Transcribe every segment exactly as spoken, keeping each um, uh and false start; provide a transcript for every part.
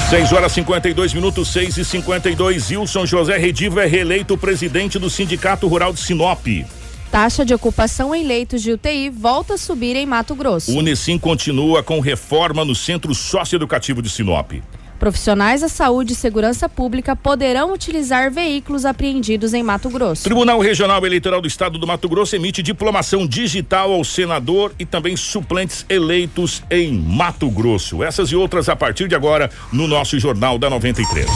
seis horas e cinquenta e dois minutos, seis e cinquenta e dois. Wilson José Redivo é reeleito presidente do Sindicato Rural de Sinop. Taxa de ocupação em leitos de U T I volta a subir em Mato Grosso. O Unicim continua com reforma no Centro Socioeducativo de Sinop. Profissionais da saúde e segurança pública poderão utilizar veículos apreendidos em Mato Grosso. Tribunal Regional Eleitoral do Estado do Mato Grosso emite diplomação digital ao senador e também suplentes eleitos em Mato Grosso. Essas e outras a partir de agora no nosso Jornal da noventa e três.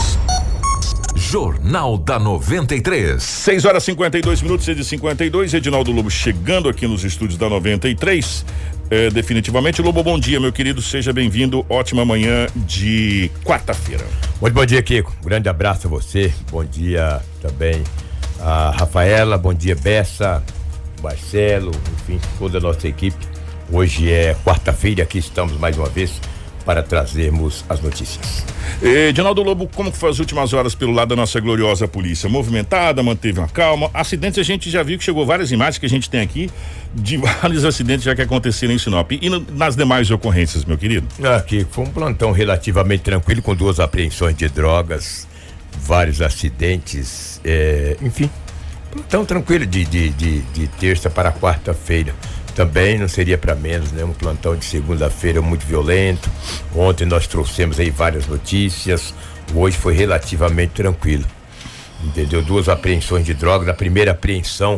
Jornal da noventa e três. seis horas e cinquenta e dois minutos, seis e cinquenta e dois. Edinaldo Lobo chegando aqui nos estúdios da noventa e três. É, definitivamente. Lobo, bom dia, meu querido. Seja bem-vindo. Ótima manhã de quarta-feira. Muito bom dia, Kiko. Um grande abraço a você. Bom dia também a Rafaela. Bom dia, Bessa, Marcelo, enfim, toda a nossa equipe. Hoje é quarta-feira. Aqui estamos mais uma vez para trazermos as notícias. Edinaldo Lobo, como que foi as últimas horas pelo lado da nossa gloriosa polícia? Movimentada, manteve uma calma. Acidentes a gente já viu que chegou várias imagens que a gente tem aqui de vários acidentes já que aconteceram em Sinop. E no, nas demais ocorrências, meu querido? Aqui foi um plantão relativamente tranquilo, com duas apreensões de drogas, vários acidentes, é, enfim, plantão tranquilo de, de, de, de terça para quarta-feira. Também não seria para menos, né? Um plantão de segunda-feira muito violento. Ontem nós trouxemos aí várias notícias. Hoje foi relativamente tranquilo. Entendeu? Duas apreensões de drogas. A primeira apreensão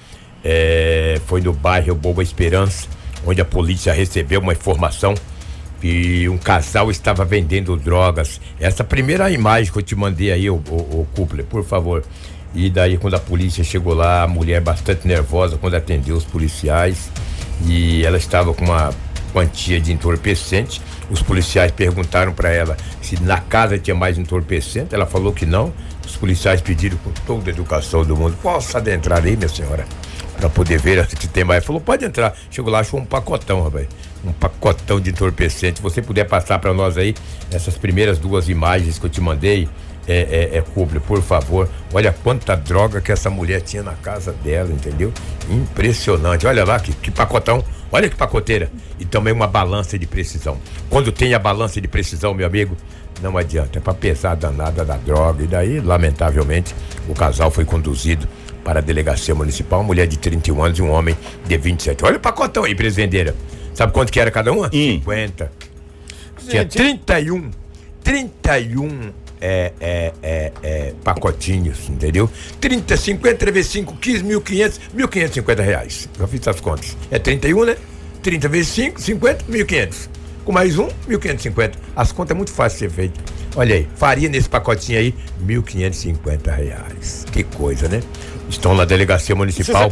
é, foi no bairro Boa Esperança, onde a polícia recebeu uma informação que um casal estava vendendo drogas. Essa primeira imagem que eu te mandei aí, o, o, o Cúpula, por favor. E daí, quando a polícia chegou lá, a mulher bastante nervosa quando atendeu os policiais, e ela estava com uma quantia de entorpecente. Os policiais perguntaram para ela se na casa tinha mais entorpecente. Ela falou que não. Os policiais pediram com toda a educação do mundo: posso adentrar aí, minha senhora, para poder ver se tem mais. Falou: pode entrar. Chegou lá, achou um pacotão, rapaz, um pacotão de entorpecente. Se você puder passar para nós aí essas primeiras duas imagens que eu te mandei, É, é, é Cúpula, por favor. Olha quanta droga que essa mulher tinha na casa dela, entendeu? Impressionante. Olha lá que, que pacotão. Olha que pacoteira. E também uma balança de precisão. Quando tem a balança de precisão, meu amigo, não adianta. É pra pesar a danada da droga. E daí, lamentavelmente, o casal foi conduzido para a delegacia municipal. Uma mulher de trinta e um anos e um homem de vinte e sete. Olha o pacotão aí, presenteira. Sabe quanto que era cada uma? Hum. cinquenta. Tinha trinta e um. trinta e um. É, é, é, é, pacotinhos, entendeu? trinta, cinquenta, três vezes cinco, quinze, mil e quinhentos, mil quinhentos e cinquenta reais. Já fiz as contas. É trinta e um, né? trinta vezes cinco, cinquenta, mil e quinhentos. Com mais um, mil quinhentos e cinquenta. As contas é muito fácil de ser feito. Olha aí, faria nesse pacotinho aí, mil quinhentos e cinquenta reais. Que coisa, né? Estão na delegacia municipal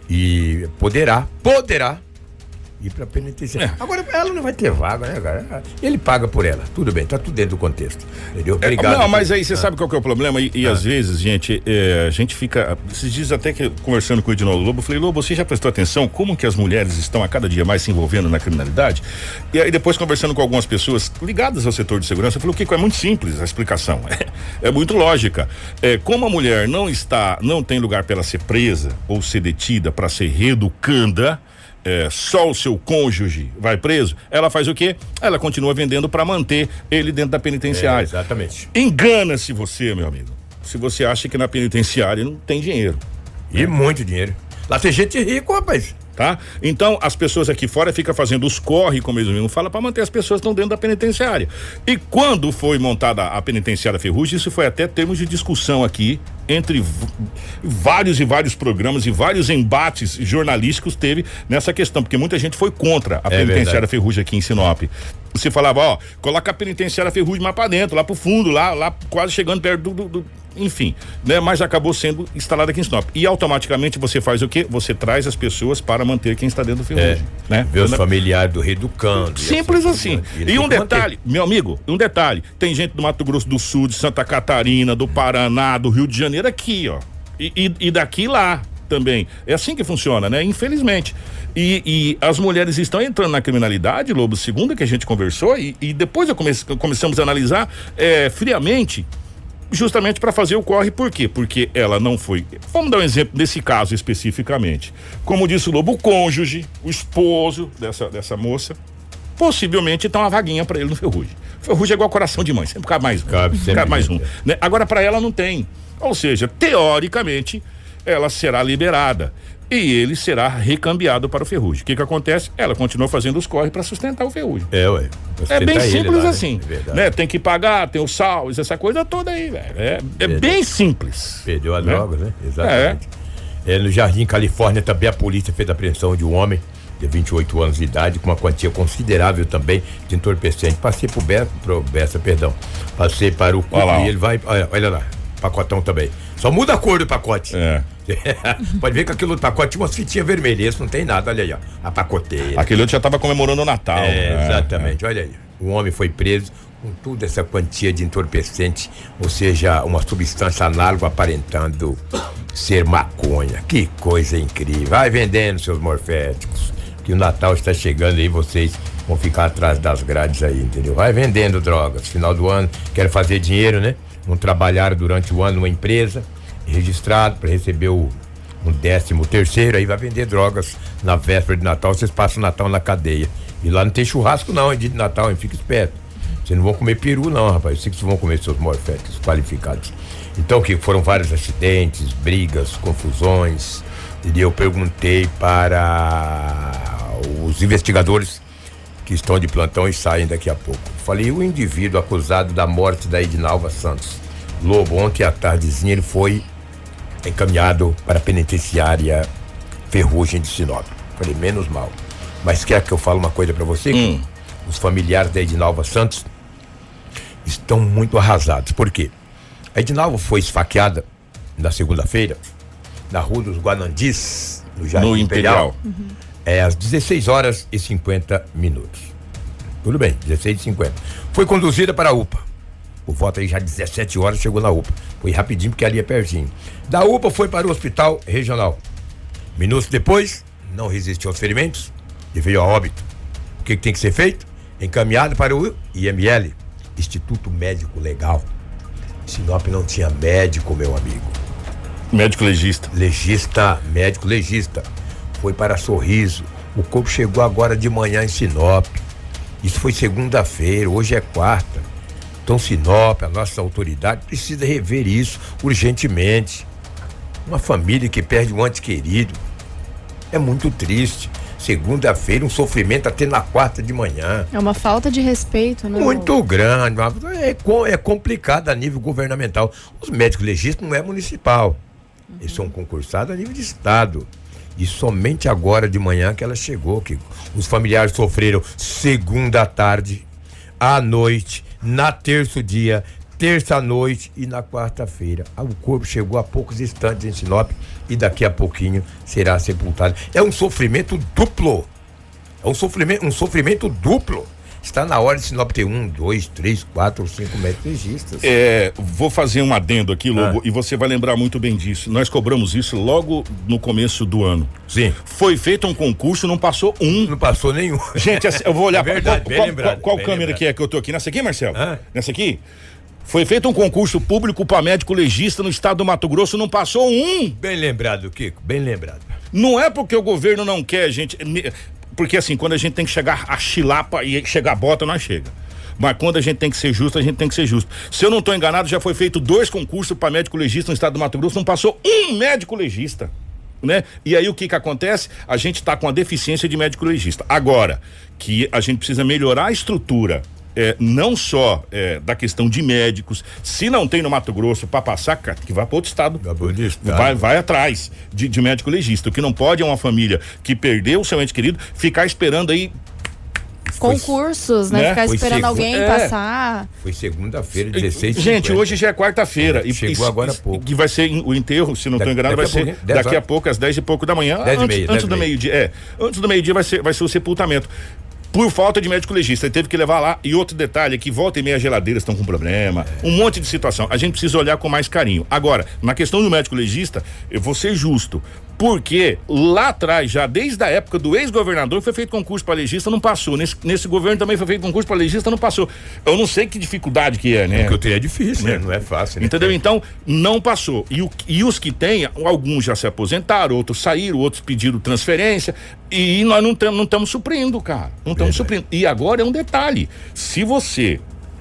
e poderá, poderá ir pra penitenciária. É. Agora, ela não vai ter vaga, né, cara? Ele paga por ela. Tudo bem, tá tudo dentro do contexto. Entendeu? Obrigado. É, não, mas aí você ah. sabe qual que é o problema? E, e ah. às vezes, gente, é, a gente fica. Esses dias até que conversando com o Edinaldo Lobo, eu falei: Lobo, você já prestou atenção como que as mulheres estão a cada dia mais se envolvendo na criminalidade? E aí depois conversando com algumas pessoas ligadas ao setor de segurança, eu falei: o que é muito simples a explicação. É, é muito lógica. É, como a mulher não está, não tem lugar para ela ser presa ou ser detida para ser reeducanda, É, só o seu cônjuge vai preso, ela faz o quê? Ela continua vendendo para manter ele dentro da penitenciária. É, exatamente. Engana-se você, meu amigo, se você acha que na penitenciária não tem dinheiro. E né? Muito dinheiro. Lá tem gente rica, rapaz. Tá? Então, as pessoas aqui fora ficam fazendo os corre, como eles mesmo falam, para manter as pessoas que estão dentro da penitenciária. E quando foi montada a penitenciária Ferrugem, isso foi até termos de discussão aqui, entre v- vários e vários programas e vários embates jornalísticos teve nessa questão, porque muita gente foi contra a é penitenciária verdade. Ferrugem aqui em Sinop. Você falava: ó, coloca a penitenciária Ferrugem mais pra dentro, lá pro fundo, lá, lá quase chegando perto do, do, do enfim, né? Mas acabou sendo instalada aqui em Sinop. E automaticamente você faz o quê? Você traz as pessoas para manter quem está dentro do Ferrugem, é, né? Ver os familiares do reeducando. Simples assim. E um detalhe, manter. Meu amigo, um detalhe, tem gente do Mato Grosso do Sul, de Santa Catarina, do Paraná, do Rio de Janeiro aqui, ó. E, e, e daqui lá também. É assim que funciona, né? Infelizmente. E, e as mulheres estão entrando na criminalidade, Lobo, segundo que a gente conversou, e, e depois eu comece, começamos a analisar é, friamente, justamente para fazer o corre. Por quê? Porque ela não foi. Vamos dar um exemplo nesse caso especificamente. Como disse o Lobo, o cônjuge, o esposo dessa, dessa moça, possivelmente tá uma vaguinha para ele no Ferrugem. Ferrugem é igual coração de mãe, sempre cabe mais um. Cabe, sempre cabe mais um. é. Né? Agora, para ela não tem. Ou seja, teoricamente, ela será liberada. E ele será recambiado para o Ferrugem. O que que acontece? Ela continua fazendo os corre para sustentar o Ferrugem. É, ué. É bem simples lá, assim. Né? É né? Tem que pagar, tem os sal, essa coisa toda aí, velho. É, é bem simples. Perdeu a né? droga, né? Exatamente. É. É, no Jardim Califórnia também a polícia fez a apreensão de um homem de vinte e oito anos de idade, com uma quantia considerável também de entorpecente. Passei pro Bessa, pro Bessa, perdão. Passei para o Cuco e ele vai. Olha, olha lá, pacotão também. Só muda a cor do pacote. É. Pode ver que aquilo do pacote tinha umas fitinhas vermelhas, esse não tem nada, olha aí, ó. A pacoteira. Aquele outro já estava comemorando o Natal. É, né? exatamente, é. olha aí. O homem foi preso com toda essa quantia de entorpecente, ou seja, uma substância análoga aparentando ser maconha. Que coisa incrível. Vai vendendo seus morféticos, que o Natal está chegando aí, vocês vão ficar atrás das grades aí, entendeu? Vai vendendo drogas. Final do ano, quero fazer dinheiro, né? Não trabalharam durante o ano numa empresa, registrado para receber o, um décimo terceiro, aí vai vender drogas na véspera de Natal, vocês passam o Natal na cadeia. E lá não tem churrasco não, é dia de Natal, hein? Fica esperto. Vocês não vão comer peru não, rapaz, eu sei que vocês vão comer seus morféticos qualificados. Então, que foram vários acidentes, brigas, confusões, e eu perguntei para os investigadores que estão de plantão e saem daqui a pouco. Falei, o indivíduo acusado da morte da Edinalva Santos Lobo, ontem à tardezinha ele foi encaminhado para a penitenciária Ferrugem de Sinop. Falei, menos mal. Mas quer que eu fale uma coisa para você? Hum. Os familiares da Edinalva Santos estão muito arrasados. Por quê? A Edinalva foi esfaqueada na segunda-feira na Rua dos Guanandis, no Jardim No Imperial. Imperial. Uhum. É às dezesseis horas e cinquenta minutos. Tudo bem, dezesseis e cinquenta. Foi conduzida para a U P A. Por volta aí já dezessete horas chegou na U P A. Foi rapidinho porque ali é pertinho. Da U P A foi para o hospital regional. Minutos depois, não resistiu aos ferimentos e veio a óbito. O que, que tem que ser feito? Encaminhado para o I M L, Instituto Médico Legal. Sinop não tinha médico, meu amigo. Médico legista. Legista, médico legista. Foi para Sorriso. O corpo chegou agora de manhã em Sinop. Isso foi segunda-feira, hoje é quarta. Então Sinop, a nossa autoridade, precisa rever isso urgentemente. Uma família que perde um ente querido é muito triste. Segunda-feira, um sofrimento até na quarta de manhã. É uma falta de respeito, né? Muito grande. É, é complicado a nível governamental. Os médicos legistas não é municipal. Uhum. Eles são concursados a nível de estado. E somente agora de manhã que ela chegou, que os familiares sofreram segunda à tarde, à noite, na terça dia, terça à noite e na quarta-feira. O corpo chegou a poucos instantes em Sinop e daqui a pouquinho será sepultado. É um sofrimento duplo. É um sofrimento, um sofrimento duplo. Está na hora de Sinop ter um, dois, três, quatro, cinco médicos legistas. É, vou fazer um adendo aqui, Lobo, ah. e você vai lembrar muito bem disso. Nós cobramos isso logo no começo do ano. Sim. Foi feito um concurso, não passou um. Não passou nenhum. Gente, eu vou olhar. É verdade, qual, bem qual, lembrado, qual, qual bem câmera lembrado. que é que eu tô aqui? Nessa aqui, Marcelo? Ah. Nessa aqui? Foi feito um concurso público para médico legista no estado do Mato Grosso, não passou um. Bem lembrado, Kiko, bem lembrado. Não é porque o governo não quer, gente. Porque assim, quando a gente tem que chegar a chilapa e chegar a bota, nós chega. Mas quando a gente tem que ser justo, a gente tem que ser justo. Se eu não estou enganado, já foi feito dois concursos para médico legista no estado do Mato Grosso, não passou um médico legista, né? E aí o que que acontece? A gente está com a deficiência de médico legista. Agora, que a gente precisa melhorar a estrutura, é, não só é, da questão de médicos, se não tem no Mato Grosso para passar, que vai para outro estado, vai, vai atrás de, de médico legista. O que não pode é uma família que perdeu o seu ente querido ficar esperando aí concursos, foi, né? né? Ficar Foi esperando segu... alguém é. passar. Foi segunda-feira, dezesseis e Gente, cinquenta. hoje já é quarta-feira. É, e chegou e, agora há pouco. Que vai ser o enterro, se não estou enganado, vai ser daqui a pouco, às dez e pouco da manhã. Dez e antes, meia, antes do meio-dia. É, antes do meio-dia vai ser, vai ser o sepultamento. Por falta de médico legista, ele teve que levar lá. E outro detalhe é que volta e meia geladeiras estão com problema, é. um monte de situação. A gente precisa olhar com mais carinho. Agora, na questão do médico legista, eu vou ser justo, porque lá atrás, já desde a época do ex-governador, foi feito concurso para legista, não passou. Nesse, nesse governo também foi feito concurso para legista, não passou. Eu não sei que dificuldade que é, né? Porque o trem é difícil, né? Não é fácil, né? Entendeu? Então, não passou. E, o, e os que têm, alguns já se aposentaram, outros saíram, outros pediram transferência, e nós não estamos não suprindo, cara. Não estamos suprindo. E agora é um detalhe: se você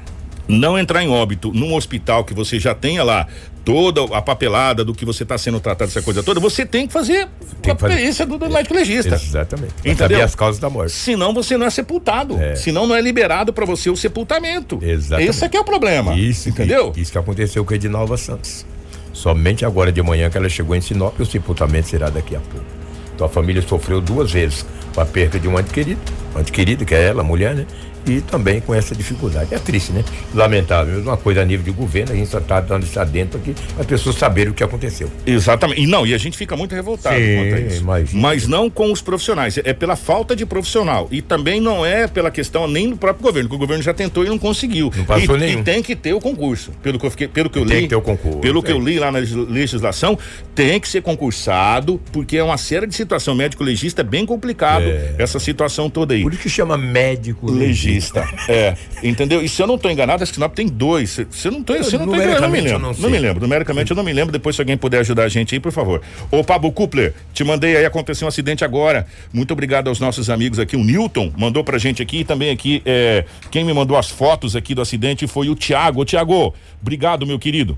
não entrar em óbito num hospital que você já tenha lá toda a papelada do que você está sendo tratado, essa coisa toda, você tem que fazer Tem a que fazer. perícia do, do médico legista. Exatamente. Pra Entendeu? saber as causas da morte. Senão você não é sepultado. É. Senão não é liberado para você o sepultamento. Exatamente. Esse aqui é o problema. Isso, entendeu? Isso que aconteceu com a Edinalva Santos. Somente agora de manhã que ela chegou em Sinop, o sepultamento será daqui a pouco. Então a família sofreu duas vezes com a perda de um ente querido, um ente querido, que é ela, a mulher, né? E também com essa dificuldade. É triste, né? Lamentável. Uma coisa a nível de governo, a gente só está dando isso dentro aqui, as pessoas saberem o que aconteceu. Exatamente. E não, e a gente fica muito revoltado Sim, quanto a isso. imagina. Mas não com os profissionais, é pela falta de profissional. E também não é pela questão nem do próprio governo, que o governo já tentou e não conseguiu. Não passou e, nenhum. E tem que ter o concurso. Pelo que eu, fiquei, pelo que eu li. Tem que ter o concurso. Pelo que é. eu li lá na legislação, tem que ser concursado, porque é uma série de situação. Médico legista é bem complicado, É. essa situação toda aí. Por isso que chama médico Legista. É, entendeu? E se eu não estou enganado, a Sinop tem dois. Se se eu não estou, se eu não tô enganado, eu não me Numericamente, eu lembro. não Não, sei. me lembro. Numericamente eu não me lembro. Depois, se alguém puder ajudar a gente aí, por favor. Ô, Pablo Kupler, te mandei aí, aconteceu um acidente agora. Muito obrigado aos nossos amigos aqui. O Newton mandou pra gente aqui e também aqui, é, quem me mandou as fotos aqui do acidente foi o Tiago. Ô, Tiago, obrigado, meu querido.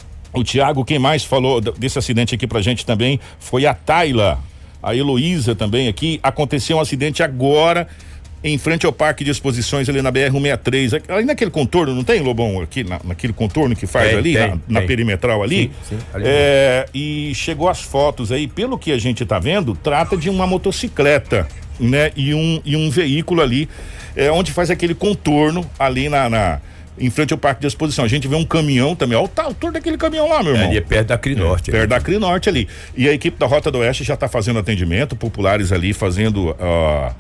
O Tiago, quem mais falou desse acidente aqui pra gente também foi a Tayla, a Heloísa também aqui. Aconteceu um acidente agora em frente ao Parque de Exposições ali na B R cento e sessenta e três, ali naquele contorno, não tem, Lobão, aqui na, naquele contorno que faz Tem, ali, tem, na, na tem. perimetral ali, Sim, sim, ali é, e chegou as fotos aí, pelo que a gente tá vendo, trata de uma motocicleta, né, e um, e um veículo ali, é, onde faz aquele contorno ali na, na em frente ao Parque de Exposição. A gente vê um caminhão também, olha o altura daquele caminhão lá, meu irmão. Ali é perto da Crinorte. É, perto da Crinorte ali. E a equipe da Rota do Oeste já está fazendo atendimento, populares ali fazendo uh,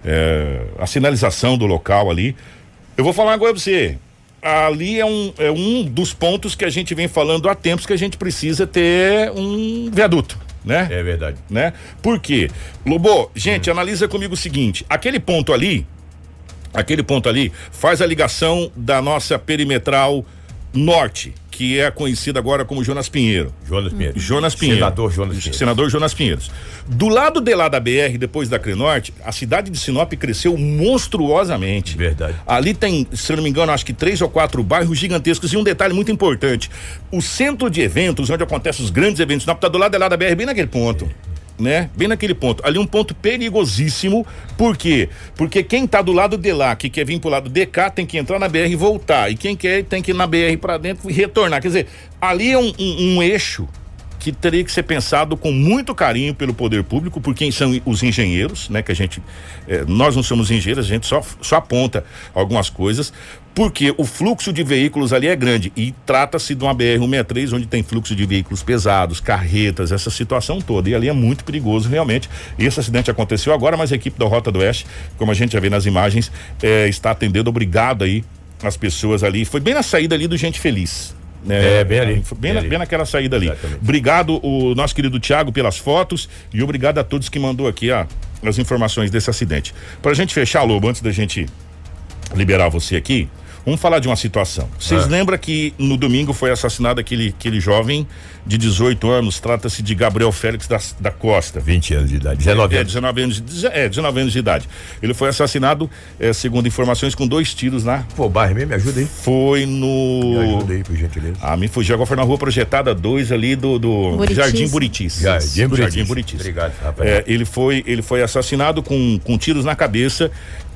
é, a sinalização do local ali. Eu vou falar agora pra você. Ali é um, é um dos pontos que a gente vem falando há tempos que a gente precisa ter um viaduto, né? É verdade. Né? Por quê? Lobo, gente, hum. analisa comigo o seguinte, aquele ponto ali, aquele ponto ali faz a ligação da nossa perimetral norte, que é conhecida agora como Jonas Pinheiro. Jonas Pinheiro. Jonas Pinheiro. Senador Jonas Pinheiro. Senador Jonas Pinheiros. Do lado de lá da B R, depois da Crinorte, a cidade de Sinop cresceu monstruosamente. Verdade. Ali tem, se eu não me engano, acho que três ou quatro bairros gigantescos. E um detalhe muito importante: o centro de eventos, onde acontecem os grandes eventos, Sinop tá do lado de lá da B R, bem naquele ponto. É. Né? Bem naquele ponto, ali um ponto perigosíssimo, por quê? Porque quem tá do lado de lá, que quer vir pro lado de cá, tem que entrar na B R e voltar, e quem quer tem que ir na B R pra dentro e retornar, quer dizer, ali é um, um, um eixo que teria que ser pensado com muito carinho pelo poder público, por quem são os engenheiros, né? Que a gente, eh, nós não somos engenheiros, a gente só, só aponta algumas coisas, porque o fluxo de veículos ali é grande e trata-se de uma B R cento e sessenta e três onde tem fluxo de veículos pesados, carretas, essa situação toda, e ali é muito perigoso realmente. Esse acidente aconteceu agora, mas a equipe da Rota do Oeste, como a gente já vê nas imagens, eh, está atendendo, obrigado aí as pessoas ali, foi bem na saída ali do Gente Feliz. É, é, bem ali. Bem, Bem, na, ali. bem naquela saída ali. Exatamente. Obrigado o nosso querido Tiago pelas fotos e obrigado a todos que mandou aqui a, as informações desse acidente. Pra gente fechar, Lobo, antes da gente liberar você aqui, vamos falar de uma situação. Vocês Ah. lembram que no domingo foi assassinado aquele, aquele jovem de dezoito anos, trata-se de Gabriel Félix da, da Costa. vinte anos de idade. dezenove É, anos. dezenove anos, de, é, dezenove anos de idade. Ele foi assassinado, é, segundo informações, com dois tiros na. Pô, bairro mesmo, me ajuda aí. Foi no. Me ajuda aí, por gentileza. Ah, me fugiu. Agora foi na rua projetada dois ali do, do Buritis. Jardim Buritis. Jardim Buritis. Jardim Buritis. Obrigado, rapaz. É, ele foi, ele foi assassinado com, com tiros na cabeça.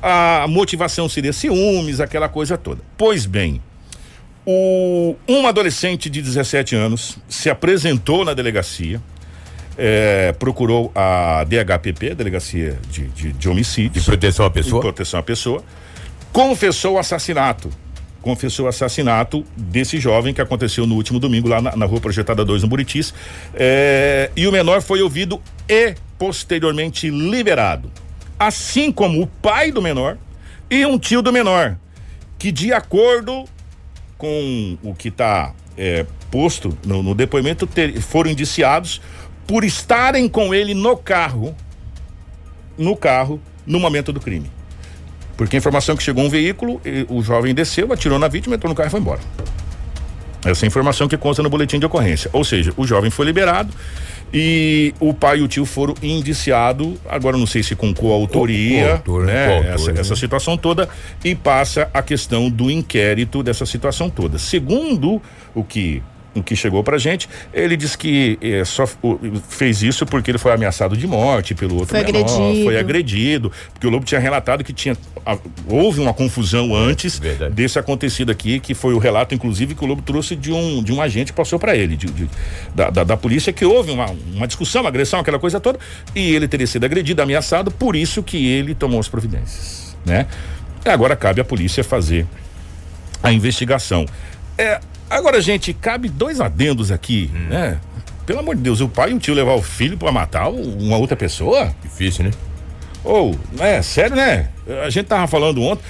A motivação seria ciúmes, aquela coisa toda. Pois bem, o, um adolescente de dezessete anos se apresentou na delegacia, é, procurou a D H P P, Delegacia de, de, de Homicídios. De proteção à pessoa? De proteção à pessoa. Confessou o assassinato. Confessou o assassinato desse jovem que aconteceu no último domingo lá na, na rua Projetada dois, no Buritis. É, e o menor foi ouvido e posteriormente liberado. Assim como o pai do menor e um tio do menor, que de acordo com o que está é, posto no, no depoimento, ter, foram indiciados por estarem com ele no carro, no carro, no momento do crime. Porque a informação que chegou um veículo, o jovem desceu, atirou na vítima, entrou no carro e foi embora. Essa é a informação que consta no boletim de ocorrência. Ou seja, o jovem foi liberado E o pai e o tio foram indiciados, agora não sei se com coautoria, Coautor, né? coautor, essa, né? essa situação toda, e passa a questão do inquérito dessa situação toda. Segundo o que o que chegou pra gente, ele disse que é, só o, fez isso porque ele foi ameaçado de morte pelo outro foi menor, agredido. foi agredido, porque o Lobo tinha relatado que tinha a, houve uma confusão antes verdade. desse acontecido aqui, que foi o relato, inclusive, que o Lobo trouxe de um, de um agente que passou pra ele, de, de, da, da, da polícia, que houve uma, uma discussão, uma agressão, aquela coisa toda, e ele teria sido agredido, ameaçado, por isso que ele tomou as providências, né? Agora cabe à polícia fazer a investigação. É, agora, gente, cabe dois adendos aqui, hum. né? Pelo amor de Deus, o pai e o tio levar o filho pra matar uma outra pessoa? Difícil, né? Ou, oh, é sério, né? A gente tava falando ontem,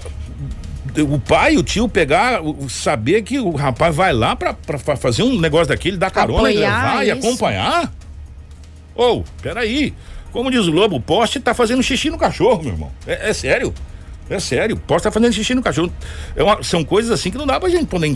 o pai e o tio pegar, saber que o rapaz vai lá pra, pra fazer um negócio daquele, dar carona e levar e acompanhar? Ou, oh, peraí, como diz o Lobo, o poste tá fazendo xixi no cachorro, meu irmão. É, é sério, é sério, o poste tá fazendo xixi no cachorro. É uma, são coisas assim que não dá pra gente poder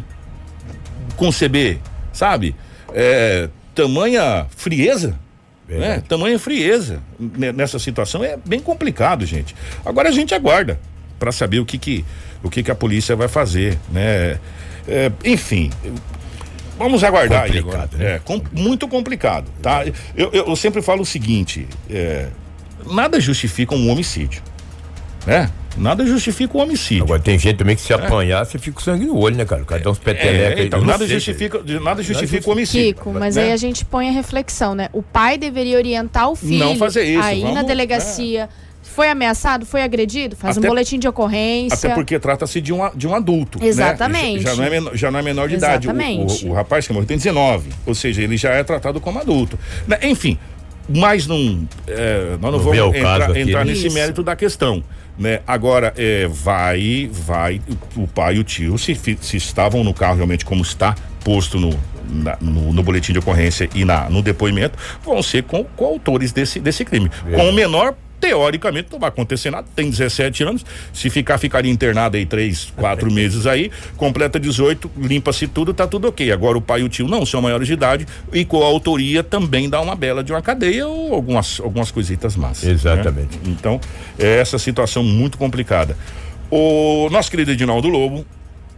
conceber, sabe? É, tamanha frieza, né? Tamanha frieza nessa situação é bem complicado, gente. Agora a gente aguarda para saber o que que o que que a polícia vai fazer, né? É, enfim, vamos aguardar aí agora. Né? É com, muito complicado, tá? Eu, eu, eu sempre falo o seguinte, é, nada justifica um homicídio, né? Nada justifica o homicídio. Agora tem gente também que se apanhar, é. você fica com sangue no olho, né, cara? O cara dá uns petelecos. É, então, nada justifica, nada justifica o homicídio. Kiko, mas né? aí a gente põe a reflexão, né? O pai deveria orientar o filho. Não fazer isso. Aí vamos, na delegacia, é. foi ameaçado, foi agredido, faz até, um boletim de ocorrência. Até porque trata-se de, uma, de um adulto. Exatamente. Né? Já, já, não é menor, já não é menor de Exatamente. idade. O, o, o rapaz que morreu tem dezenove. Ou seja, ele já é tratado como adulto. Né? Enfim, mas não. É, nós não, não vamos entrar, aqui, entrar nesse isso. mérito da questão. Né? Agora, é, vai, vai, o pai e o tio, se, se estavam no carro realmente como está posto no, na, no, no boletim de ocorrência e na, no depoimento, vão ser com, coautores desse, desse crime. É. Com o menor, teoricamente, não vai acontecer nada, tem dezessete anos, se ficar, ficaria internado aí três, quatro meses aí, completa dezoito, limpa-se tudo, tá tudo ok. Agora o pai e o tio não são maiores de idade e com a autoria também dá uma bela de uma cadeia ou algumas, algumas coisitas massas. Exatamente. Né? Então, é essa situação muito complicada. O nosso querido Edinaldo Lobo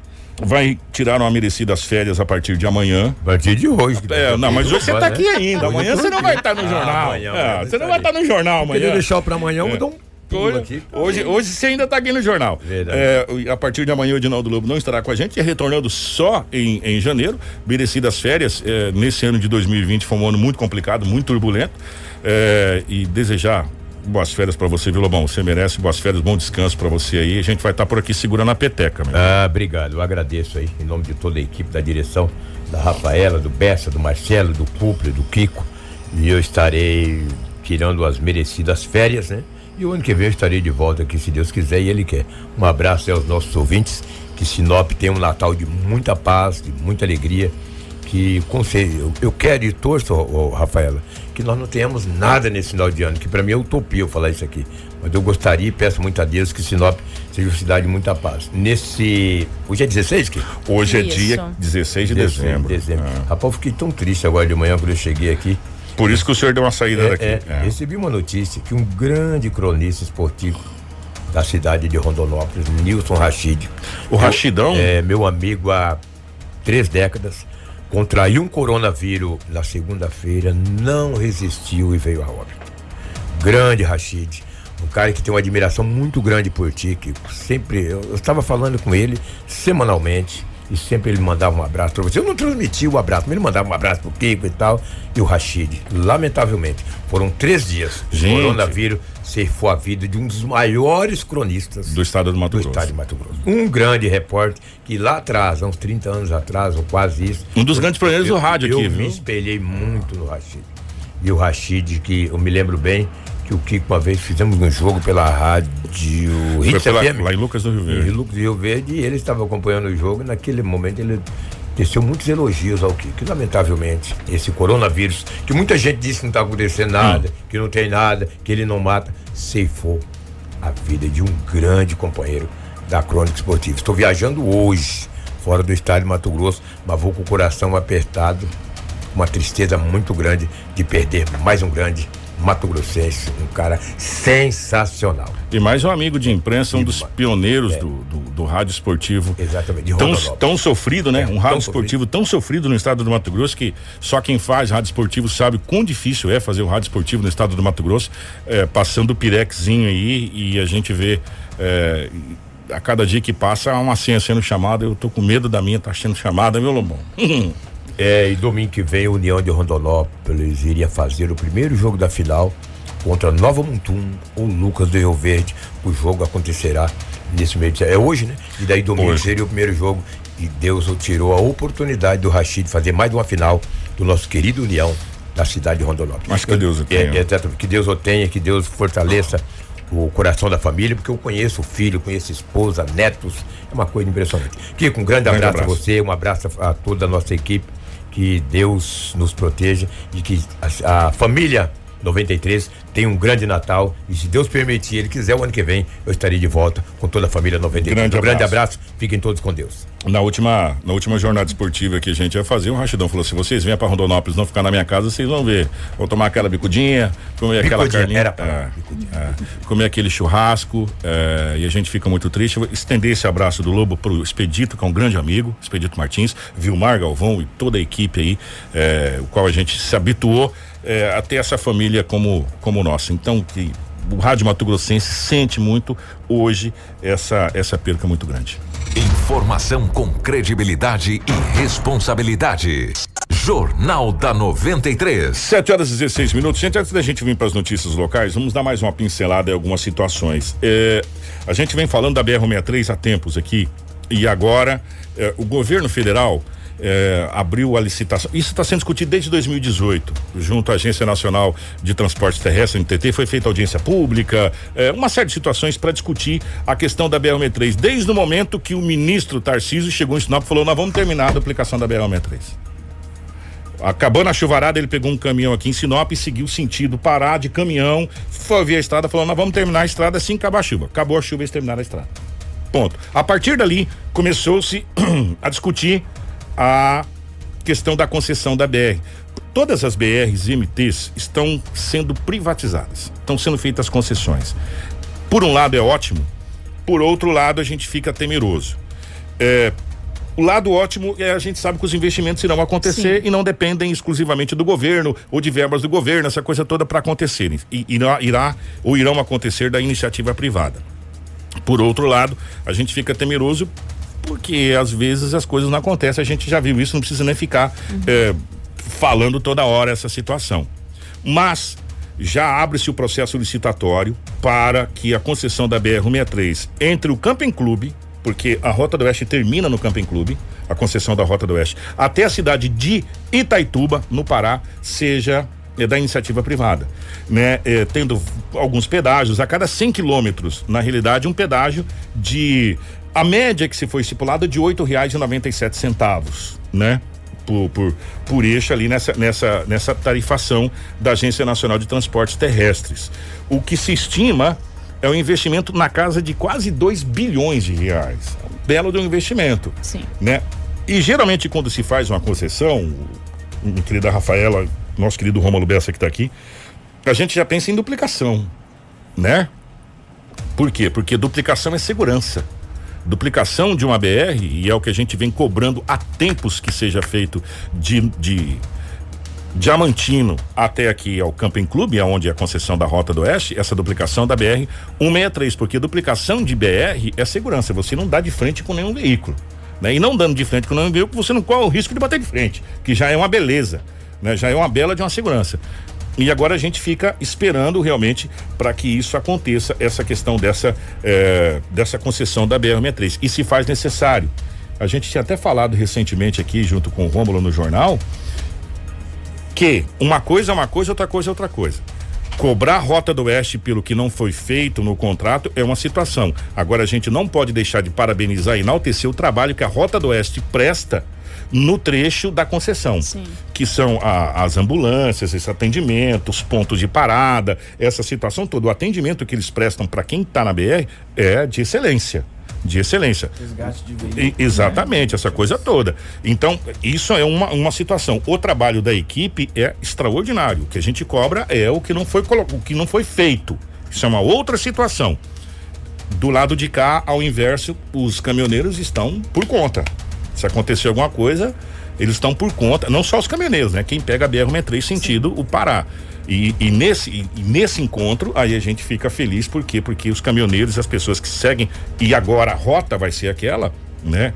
vai tirar uma merecidas férias a partir de amanhã. A partir de hoje. É, não, mas hoje você tá aqui ainda. Amanhã você não vai estar no jornal. Amanhã, é, você não vai estar no jornal amanhã. Queria deixar pra amanhã, eu vou dar um Hoje, aqui, hoje, hoje você ainda está aqui no jornal. É, a partir de amanhã o Edinaldo Lobo não estará com a gente, retornando só em, em janeiro, merecidas férias. É, nesse ano de dois mil e vinte foi um ano muito complicado, muito turbulento. É, e desejar boas férias pra você, viu, Lobão? Você merece boas férias, bom descanso pra você aí. A gente vai estar tá por aqui segurando a peteca, meu. Ah, obrigado. Eu agradeço aí, em nome de toda a equipe da direção, da Rafaela, do Bessa, do Marcelo, do Puple, do Kiko. E eu estarei tirando as merecidas férias, né? E o ano que vem eu estarei de volta aqui, se Deus quiser e Ele quer. Um abraço aos nossos ouvintes, que Sinop tenha um Natal de muita paz, de muita alegria. Que eu, eu quero e torço, oh, oh, Rafaela, que nós não tenhamos nada nesse final de ano, que para mim é utopia eu falar isso aqui, mas eu gostaria e peço muito a Deus que Sinop seja uma cidade de muita paz. Nesse, hoje é dezesseis, que? Hoje isso. é dia dezesseis de dezembro. dezembro. Ah. Rapaz, eu fiquei tão triste agora de manhã quando eu cheguei aqui. Por isso que o senhor deu uma saída é, daqui. É, é. Recebi uma notícia que um grande cronista esportivo da cidade de Rondonópolis, Nilson Rachid, o Rachidão? É, meu amigo há três décadas, contraiu um coronavírus na segunda-feira, não resistiu e veio a óbito. Grande Rachid, um cara que tem uma admiração muito grande por ti, que sempre, eu estava falando com ele semanalmente, e sempre ele mandava um abraço para você. Eu não transmitia o abraço, mas ele mandava um abraço pro Kiko e tal. E o Rachid, lamentavelmente, foram três dias. Gente. O coronavírus ceifou a vida de um dos maiores cronistas do estado do Mato do Grosso. Estado de Mato Grosso. Um grande repórter que lá atrás, há uns trinta anos atrás, ou quase isso. Um dos grandes pioneiros do rádio eu aqui, Eu viu? me espelhei muito no Rachid. E o Rachid, que eu me lembro bem, que o Kiko uma vez fizemos um jogo pela rádio Foi pela, lá em Lucas do Rio Verde. Em Lucas do Rio Verde, e ele estava acompanhando o jogo, e naquele momento ele teceu muitos elogios ao Kiko, que lamentavelmente esse coronavírus, que muita gente disse que não está acontecendo nada, hum. que não tem nada, que ele não mata, ceifou a vida de um grande companheiro da Crônica Esportiva. Estou viajando hoje, fora do estado de Mato Grosso, mas vou com o coração apertado uma tristeza muito grande de perder mais um grande Mato Grossense, um cara sensacional. E mais um amigo de imprensa, um dos pioneiros é. do, do, do rádio esportivo. Exatamente, de tão, tão sofrido, né? É, um rádio esportivo sofrido. tão sofrido no estado do Mato Grosso que só quem faz rádio esportivo sabe quão difícil é fazer o rádio esportivo no estado do Mato Grosso, é, passando o pirexzinho aí, e a gente vê é, a cada dia que passa uma senha sendo chamada. Eu tô com medo da minha tá sendo chamada, meu Lobão. É, e domingo que vem a União de Rondonópolis iria fazer o primeiro jogo da final contra Nova Mutum ou Lucas do Rio Verde. O jogo acontecerá nesse mês de... É hoje, né? E daí domingo hoje seria o primeiro jogo, e Deus tirou a oportunidade do Rachid de fazer mais uma final do nosso querido União da cidade de Rondonópolis. Mas que Deus o tenha. É, é, que Deus o tenha, que Deus fortaleça o coração da família, porque eu conheço o filho, conheço a esposa, netos, é uma coisa impressionante. Kiko, um grande, grande abraço, abraço a você, um abraço a, a toda a nossa equipe, que Deus nos proteja e que a, a família noventa e três tenha um grande Natal, e se Deus permitir, Ele quiser, o ano que vem eu estarei de volta com toda a família noventa e três. Grande um abraço. grande abraço, fiquem todos com Deus. Na última, na última jornada esportiva que a gente ia fazer, o Rachidão falou: se vocês vêm para Rondonópolis não ficar na minha casa, vocês vão ver. Vou tomar aquela bicudinha, comer bicudinha, aquela carninha, era pra é, é, comer aquele churrasco, é, e a gente fica muito triste. Vou estender esse abraço do Lobo pro Expedito, que é um grande amigo, Expedito Martins, Vilmar Galvão e toda a equipe aí, é, o qual a gente se habituou é, a ter essa família como, como nossa. Então, que o Rádio Mato Grossense sente muito hoje essa, essa perca muito grande. Informação com credibilidade e responsabilidade. Jornal da noventa e três. sete horas e dezesseis minutos. Gente, antes da gente vir para as notícias locais, vamos dar mais uma pincelada em algumas situações. É, a gente vem falando da B R cento e sessenta e três há tempos aqui, e agora é, o governo federal É, abriu a licitação. Isso está sendo discutido desde dois mil e dezoito, junto à Agência Nacional de Transportes Terrestres, N T T. Foi feita audiência pública, é, uma série de situações para discutir a questão da B R cento e sessenta e três, desde o momento que o ministro Tarcísio chegou em Sinop e falou: nós vamos terminar a duplicação da B R cento e sessenta e três. Acabando a chuvarada, ele pegou um caminhão aqui em Sinop e seguiu sentido parar de caminhão, foi ver a estrada, falou: nós vamos terminar a estrada assim que acabar a chuva. Acabou a chuva, eles terminaram a estrada. Ponto. A partir dali, começou-se a discutir a questão da concessão da B R. Todas as B Rs e M Ts estão sendo privatizadas, estão sendo feitas concessões. Por um lado é ótimo, por outro lado a gente fica temeroso. É, o lado ótimo é a gente sabe que os investimentos irão acontecer. Sim. E não dependem exclusivamente do governo ou de verbas do governo, essa coisa toda para acontecerem. E irá, irá ou irão acontecer da iniciativa privada. Por outro lado, a gente fica temeroso porque às vezes as coisas não acontecem. A gente já viu isso, não precisa nem ficar uhum. é, falando toda hora essa situação. Mas já abre-se o processo licitatório para que a concessão da B R cento e sessenta e três entre o Camping Clube, porque a Rota do Oeste termina no Camping Clube, a concessão da Rota do Oeste, até a cidade de Itaituba, no Pará, seja é, da iniciativa privada, né? É, tendo alguns pedágios a cada cem quilômetros, na realidade um pedágio de... A média que se foi estipulada é de oito reais e noventa e sete centavos, né? Por, por, por eixo ali nessa, nessa, nessa tarifação da Agência Nacional de Transportes Terrestres. O que se estima é um investimento na casa de quase dois bilhões de reais. Um belo de um investimento. Sim. Né? E geralmente quando se faz uma concessão, minha querida Rafaela, nosso querido Rômulo Bessa que está aqui, a gente já pensa em duplicação, né? Por quê? Porque duplicação é segurança. Duplicação de uma B R, e é o que a gente vem cobrando há tempos que seja feito de, de Diamantino até aqui ao Camping Clube, onde é a concessão da Rota do Oeste, essa duplicação da B R cento e sessenta e três, porque duplicação de B R é segurança, você não dá de frente com nenhum veículo, né? E não dando de frente com nenhum veículo, você não corre o risco de bater de frente, que já é uma beleza, né? Já é uma bela de uma segurança. E agora a gente fica esperando realmente para que isso aconteça, essa questão dessa é, dessa concessão da B R cento e sessenta e três. E se faz necessário. A gente tinha até falado recentemente aqui, junto com o Rômulo no jornal, que uma coisa é uma coisa, outra coisa é outra coisa. Cobrar a Rota do Oeste pelo que não foi feito no contrato é uma situação. Agora a gente não pode deixar de parabenizar e enaltecer o trabalho que a Rota do Oeste presta no trecho da concessão. Sim. Que são a, as ambulâncias, esse atendimento, os pontos de parada, essa situação toda. O atendimento que eles prestam para quem está na B R é de excelência, de excelência. Resgate de veículo. E, exatamente, essa coisa toda. Então, isso é uma, uma situação. O trabalho da equipe é extraordinário. O que a gente cobra é o que não foi, colo- o que não foi feito. Isso é uma outra situação. Do lado de cá, ao inverso, os caminhoneiros estão por conta. Se acontecer alguma coisa, eles estão por conta, não só os caminhoneiros, né? Quem pega a B R cento e três sentido o Pará. E, e, nesse, e, e nesse encontro, aí a gente fica feliz, por quê? Porque os caminhoneiros, as pessoas que seguem, e agora a rota vai ser aquela, né?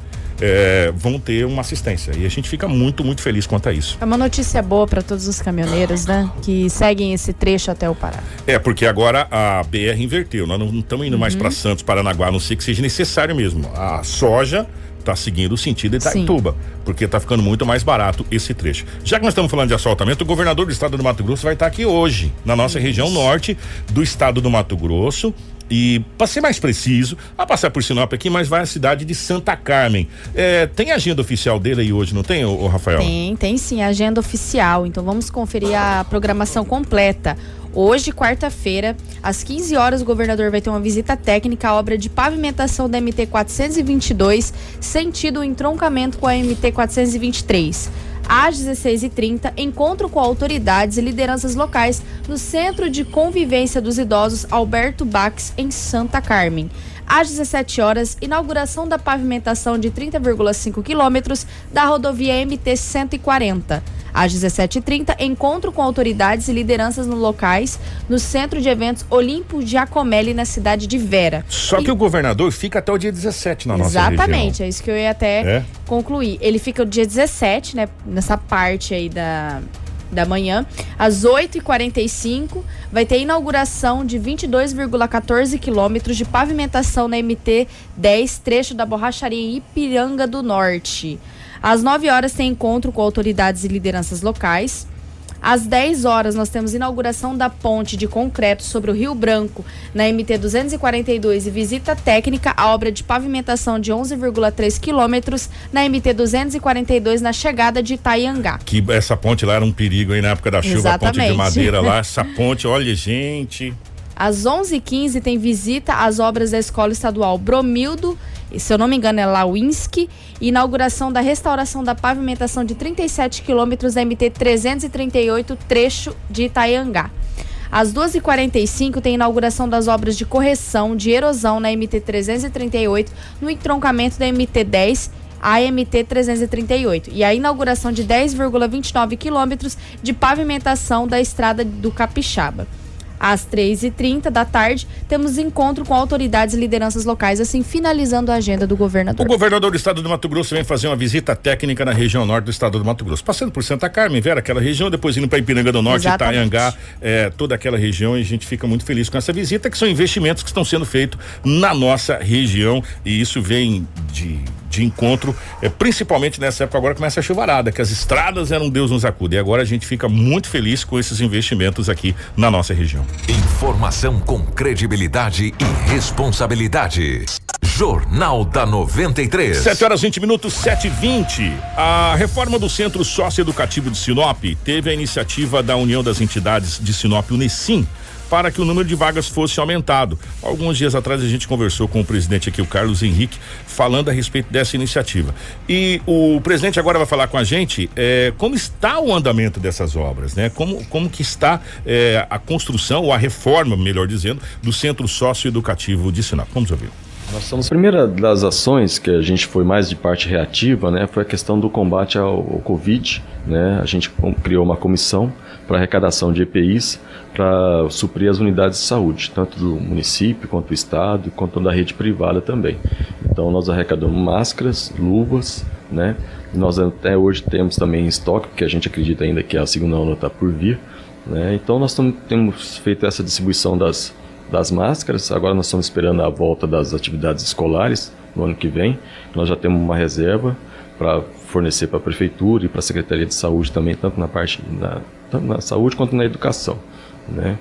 É, vão ter uma assistência. E a gente fica muito, muito feliz quanto a isso. É uma notícia boa para todos os caminhoneiros, né? Que seguem esse trecho até o Pará. É, porque agora a B R inverteu. Nós não estamos indo uhum. mais para Santos, Paranaguá, a não ser que seja necessário mesmo. A soja está seguindo o sentido de Itaituba, porque está ficando muito mais barato esse trecho. Já que nós estamos falando de asfaltamento, o governador do estado do Mato Grosso vai estar aqui hoje, na nossa Isso. região norte do estado do Mato Grosso. E, para ser mais preciso, vai passar por Sinop aqui, mas vai à cidade de Santa Carmen. É, tem agenda oficial dele aí hoje, não tem, ô, ô Rafael? Tem, tem sim, a agenda oficial. Então vamos conferir a programação completa. Hoje, quarta-feira, às quinze horas, o governador vai ter uma visita técnica à obra de pavimentação da M T quatrocentos e vinte e dois, sentido entroncamento com a M T quatrocentos e vinte e três. Às dezesseis e trinta, encontro com autoridades e lideranças locais no Centro de Convivência dos Idosos Alberto Bax, em Santa Carmen. Às dezessete horas, inauguração da pavimentação de trinta vírgula cinco quilômetros da rodovia M T cento e quarenta. Às dezessete e trinta, encontro com autoridades e lideranças no locais no Centro de Eventos Olimpo Giacomelli, na cidade de Vera. Só e... que o governador fica até o dia dezessete na nossa região. Exatamente, é isso que eu ia até é? concluir. Ele fica o dia dezessete, né, nessa parte aí da... da manhã, às oito e quarenta e cinco, vai ter inauguração de vinte e dois vírgula quatorze quilômetros de pavimentação na M T dez, trecho da borracharia em Ipiranga do Norte. Às nove horas tem encontro com autoridades e lideranças locais. Às dez horas nós temos inauguração da ponte de concreto sobre o Rio Branco na M T duzentos e quarenta e dois e visita técnica à obra de pavimentação de onze vírgula três quilômetros na M T duzentos e quarenta e dois na chegada de Itaiangá. Que essa ponte lá era um perigo aí na época da chuva. Exatamente. A ponte de madeira lá, essa ponte, olha, gente. Às onze e quinze tem visita às obras da Escola Estadual Bromildo, se eu não me engano é Lawinski, e inauguração da restauração da pavimentação de trinta e sete quilômetros da M T trezentos e trinta e oito, trecho de Itaiangá. Às duas e quarenta e cinco tem inauguração das obras de correção de erosão na M T trezentos e trinta e oito, no entroncamento da M T dez, a M T trezentos e trinta e oito, e a inauguração de dez vírgula vinte e nove quilômetros de pavimentação da estrada do Capixaba. Às três e trinta da tarde, temos encontro com autoridades e lideranças locais, assim finalizando a agenda do governador. O governador do estado do Mato Grosso vem fazer uma visita técnica na região norte do estado do Mato Grosso, passando por Santa Carmen, Vera, aquela região, depois indo para Ipiranga do Norte, Itaiangá, é, toda aquela região, e a gente fica muito feliz com essa visita, que são investimentos que estão sendo feitos na nossa região, e isso vem de... de encontro, é, principalmente nessa época agora começa a chuvarada, que as estradas eram Deus nos acuda, e agora a gente fica muito feliz com esses investimentos aqui na nossa região. Informação com credibilidade e responsabilidade. Jornal da noventa e três. sete horas vinte minutos, sete e vinte. A reforma do Centro Socioeducativo de Sinop teve a iniciativa da União das Entidades de Sinop, Unesim, para que o número de vagas fosse aumentado. Alguns dias atrás a gente conversou com o presidente aqui, o Carlos Henrique, falando a respeito dessa iniciativa. E o presidente agora vai falar com a gente é, como está o andamento dessas obras, né? Como, como que está é, a construção, ou a reforma, melhor dizendo, do Centro Socioeducativo de Sinop. Vamos ouvir. Nós somos... A primeira das ações que a gente foi mais de parte reativa, né, foi a questão do combate ao, ao Covid, né? A gente criou uma comissão para arrecadação de E P Is para suprir as unidades de saúde, tanto do município, quanto do estado, quanto da rede privada também. Então nós arrecadamos máscaras, luvas, né? E nós até hoje temos também em estoque, porque a gente acredita ainda que a segunda onda está por vir, né? Então nós tam, temos feito essa distribuição das, das máscaras, agora nós estamos esperando a volta das atividades escolares no ano que vem. Nós já temos uma reserva para fornecer para a prefeitura e para a Secretaria de Saúde também, tanto na parte na, tanto na saúde quanto na educação, né?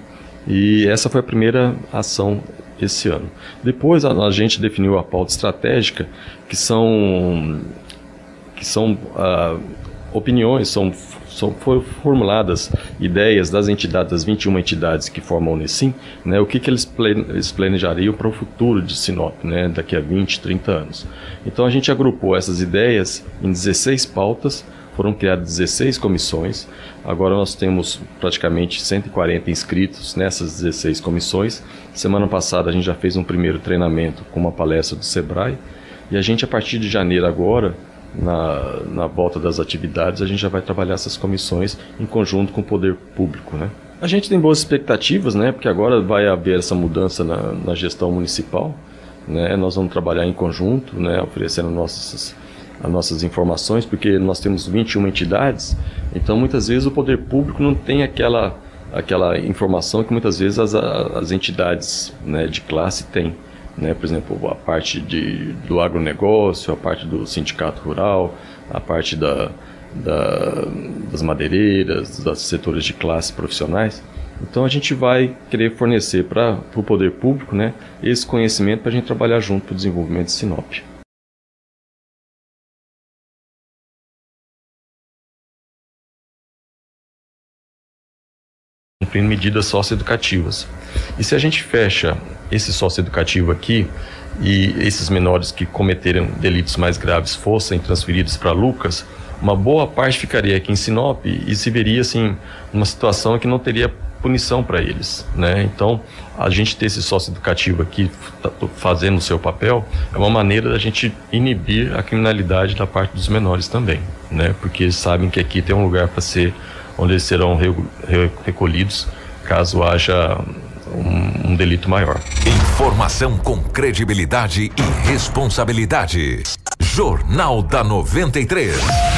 E essa foi a primeira ação esse ano. Depois a, a gente definiu a pauta estratégica, que são, que são ah, opiniões, são, são foram formuladas ideias das entidades, das vinte e uma entidades que formam a Unesim, né, o que, que eles, plane, eles planejariam para o futuro de Sinop, né, daqui a vinte, trinta anos. Então a gente agrupou essas ideias em dezesseis pautas, foram criadas dezesseis comissões, agora nós temos praticamente cento e quarenta inscritos nessas dezesseis comissões. Semana passada a gente já fez um primeiro treinamento com uma palestra do Sebrae, e a gente, a partir de janeiro agora, Na, na volta das atividades, a gente já vai trabalhar essas comissões em conjunto com o poder público, né? A gente tem boas expectativas, né? Porque agora vai haver essa mudança na, na gestão municipal, né? Nós vamos trabalhar em conjunto, né? Oferecendo nossas, as nossas informações, porque nós temos vinte e uma entidades, então muitas vezes o poder público não tem aquela, aquela informação que muitas vezes as, as entidades, né, de classe têm. Né, por exemplo, a parte de, do agronegócio, a parte do sindicato rural, a parte da, da, das madeireiras, dos setores de classe profissionais. Então a gente vai querer fornecer para o poder público, né, esse conhecimento para a gente trabalhar junto para o desenvolvimento de Sinop. Cumprindo medidas socioeducativas. E se a gente fecha esse socioeducativo aqui e esses menores que cometeram delitos mais graves fossem transferidos para Lucas, uma boa parte ficaria aqui em Sinop e se veria assim uma situação que não teria punição para eles, né? Então, a gente ter esse socioeducativo aqui fazendo o seu papel é uma maneira da gente inibir a criminalidade da parte dos menores também, né? Porque eles sabem que aqui tem um lugar para ser, onde eles serão recolhidos caso haja um, um delito maior. Informação com credibilidade e responsabilidade. Jornal da noventa e três.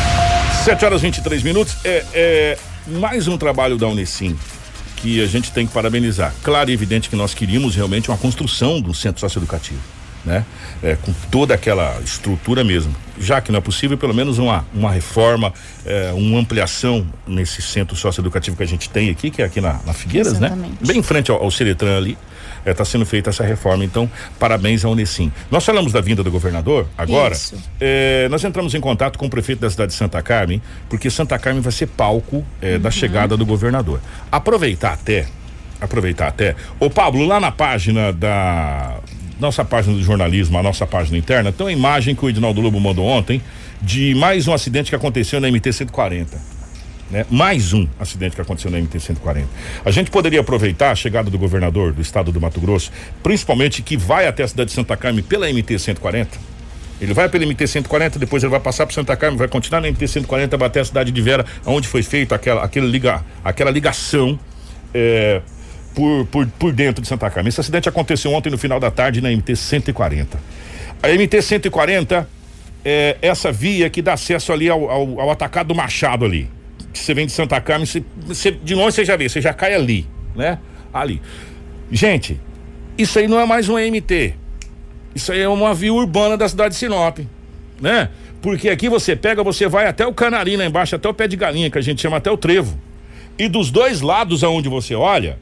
sete horas e vinte e três minutos. É, é mais um trabalho da Unesim que a gente tem que parabenizar. Claro e evidente que nós queríamos realmente uma construção do centro socioeducativo, né? É, com toda aquela estrutura mesmo. Já que não é possível, pelo menos uma, uma reforma, é, uma ampliação nesse centro socioeducativo que a gente tem aqui, que é aqui na, na Figueiras, exatamente, né? Bem em frente ao, ao Ciretran ali, está é, sendo feita essa reforma. Então, parabéns à Unesim. Nós falamos da vinda do governador, agora, é, nós entramos em contato com o prefeito da cidade de Santa Carmen, porque Santa Carmen vai ser palco é, uhum. da chegada do governador. Aproveitar até, aproveitar até, ô Pablo, lá na página da... nossa página do jornalismo, a nossa página interna, tem uma imagem que o Edinaldo Lobo mandou ontem de mais um acidente que aconteceu na M T cento e quarenta, né? Mais um acidente que aconteceu na M T cento e quarenta. A gente poderia aproveitar a chegada do governador do estado do Mato Grosso, principalmente que vai até a cidade de Santa Carmen pela M T cento e quarenta. Ele vai pela M T cento e quarenta, depois ele vai passar para Santa Carmen, vai continuar na M T cento e quarenta, vai até a cidade de Vera, onde foi feita aquela, aquele liga, aquela ligação é, Por, por, por dentro de Santa Carmen. Esse acidente aconteceu ontem no final da tarde na M T cento e quarenta. A M T cento e quarenta é essa via que dá acesso ali ao, ao, ao atacado do Machado ali. Que você vem de Santa Carmen, você, você, de longe você já vê, você já cai ali, né? Ali. Gente, isso aí não é mais um M T. Isso aí é uma via urbana da cidade de Sinop, né? Porque aqui você pega, você vai até o Canarim lá embaixo, até o Pé de Galinha, que a gente chama até o Trevo. E dos dois lados aonde você olha,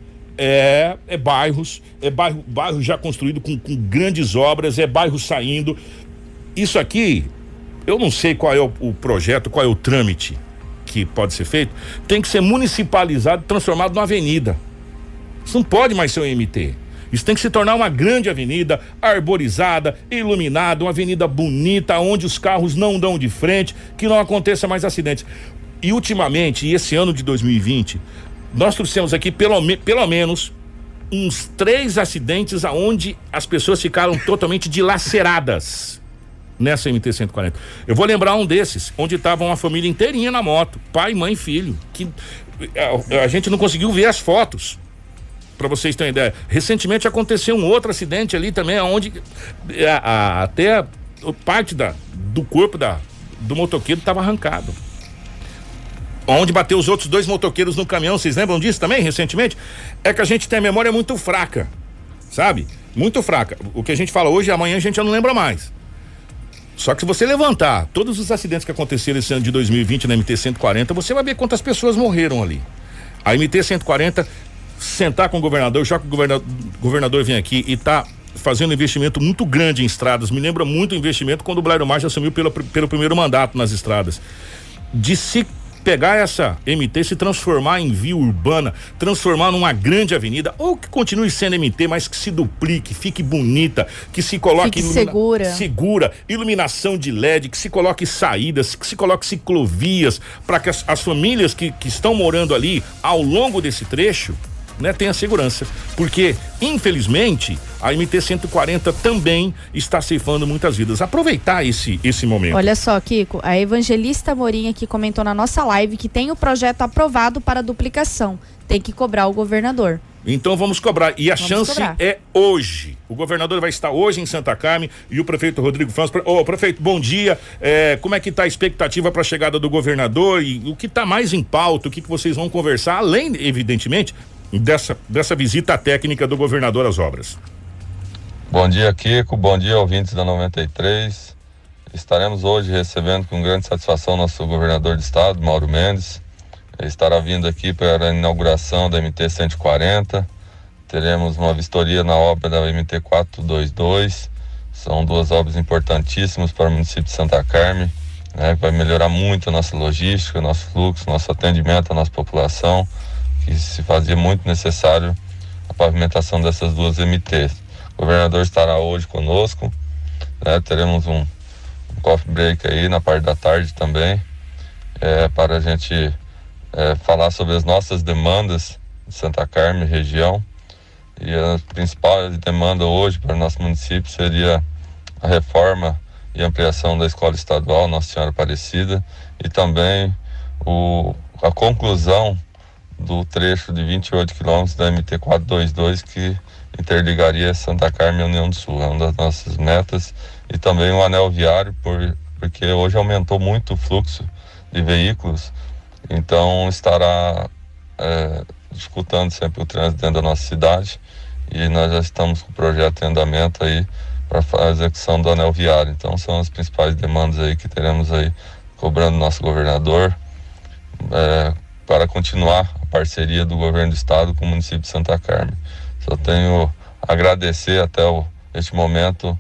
É, é bairros, é bairro, bairro já construído com, com grandes obras, é bairro saindo. Isso aqui, eu não sei qual é o, o projeto, qual é o trâmite que pode ser feito, tem que ser municipalizado, transformado numa avenida. Isso não pode mais ser um M T. Isso tem que se tornar uma grande avenida, arborizada, iluminada, uma avenida bonita, onde os carros não dão de frente, que não aconteça mais acidentes. E ultimamente, e esse ano de dois mil e vinte, nós trouxemos aqui pelo, pelo menos uns três acidentes aonde as pessoas ficaram totalmente dilaceradas nessa M T cento e quarenta. Eu vou lembrar um desses, onde estava uma família inteirinha na moto, pai, mãe, filho, que a, a gente não conseguiu ver as fotos, para vocês terem ideia. Recentemente aconteceu um outro acidente ali também, onde a, a, até parte da, do corpo da, do motoqueiro estava arrancado. Onde bateu os outros dois motoqueiros no caminhão, vocês lembram disso também, recentemente? É que a gente tem a memória muito fraca, sabe? Muito fraca. O que a gente fala hoje, amanhã a gente já não lembra mais. Só que se você levantar todos os acidentes que aconteceram esse ano de dois mil e vinte na M T cento e quarenta, você vai ver quantas pessoas morreram ali. A M T cento e quarenta, sentar com o governador, já que o governador, governador vem aqui e tá fazendo um investimento muito grande em estradas, me lembra muito o investimento quando o Blairo Marques assumiu pelo, pelo primeiro mandato nas estradas. de se pegar essa M T, se transformar em via urbana, transformar numa grande avenida, ou que continue sendo M T, mas que se duplique, fique bonita, que se coloque fique ilumina- segura. segura, iluminação de L E D, que se coloque saídas, que se coloque ciclovias, para que as, as famílias que, que estão morando ali ao longo desse trecho, né, tenha segurança, porque infelizmente a M T cento e quarenta também está ceifando muitas vidas. Aproveitar esse esse momento. Olha só, Kiko, a Evangelista Morim aqui comentou na nossa live que tem o projeto aprovado para duplicação, tem que cobrar o governador. Então vamos cobrar, e a vamos chance cobrar. é hoje. O governador vai estar hoje em Santa Carmen e o prefeito Rodrigo Franz. Ô, oh, prefeito, bom dia. É, como é que está a expectativa para a chegada do governador e o que está mais em pauta, o que, que vocês vão conversar, além, evidentemente, dessa, dessa visita técnica do governador às obras? Bom dia, Kiko, bom dia, ouvintes da noventa e três. Estaremos hoje recebendo com grande satisfação nosso governador de estado, Mauro Mendes. Ele estará vindo aqui para a inauguração da M T cento e quarenta. Teremos uma vistoria na obra da M T quatrocentos e vinte e dois. São duas obras importantíssimas para o município de Santa Carmen, né? Vai melhorar muito a nossa logística, nosso fluxo, nosso atendimento à nossa população, que se fazia muito necessário a pavimentação dessas duas M Ts. O governador estará hoje conosco, né? Teremos um, um coffee break aí na parte da tarde também, é, para a gente é, falar sobre as nossas demandas de Santa Carmen, região. E a principal demanda hoje para o nosso município seria a reforma e ampliação da escola estadual Nossa Senhora Aparecida e também o, a conclusão do trecho de vinte e oito quilômetros da M T quatrocentos e vinte e dois que interligaria Santa Carmen e União do Sul. É uma das nossas metas. E também o anel viário, por, porque hoje aumentou muito o fluxo de veículos, então estará é, dificultando sempre o trânsito dentro da nossa cidade, e nós já estamos com o projeto em andamento aí para a execução do anel viário. Então são as principais demandas aí que teremos aí cobrando nosso governador, é, para continuar a parceria do governo do estado com o município de Santa Carmen. Só tenho a agradecer até o, este momento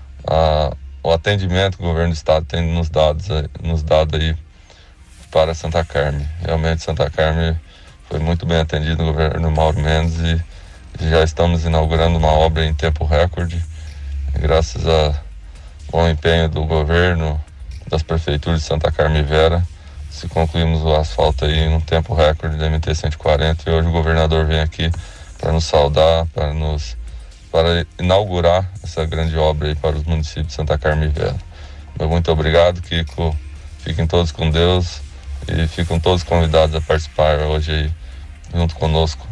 a, o atendimento que o governo do estado tem nos dado, nos dado aí para Santa Carmen. Realmente Santa Carmen foi muito bem atendido no governo Mauro Mendes e já estamos inaugurando uma obra em tempo recorde, graças ao bom empenho do governo, das prefeituras de Santa Carmen e Vera. Se concluímos o asfalto aí em um tempo recorde da M T cento e quarenta, e hoje o governador vem aqui para nos saudar, para nos para inaugurar essa grande obra aí para os municípios de Santa Carmen e Vera. Muito obrigado, Kiko. Fiquem todos com Deus e ficam todos convidados a participar hoje aí junto conosco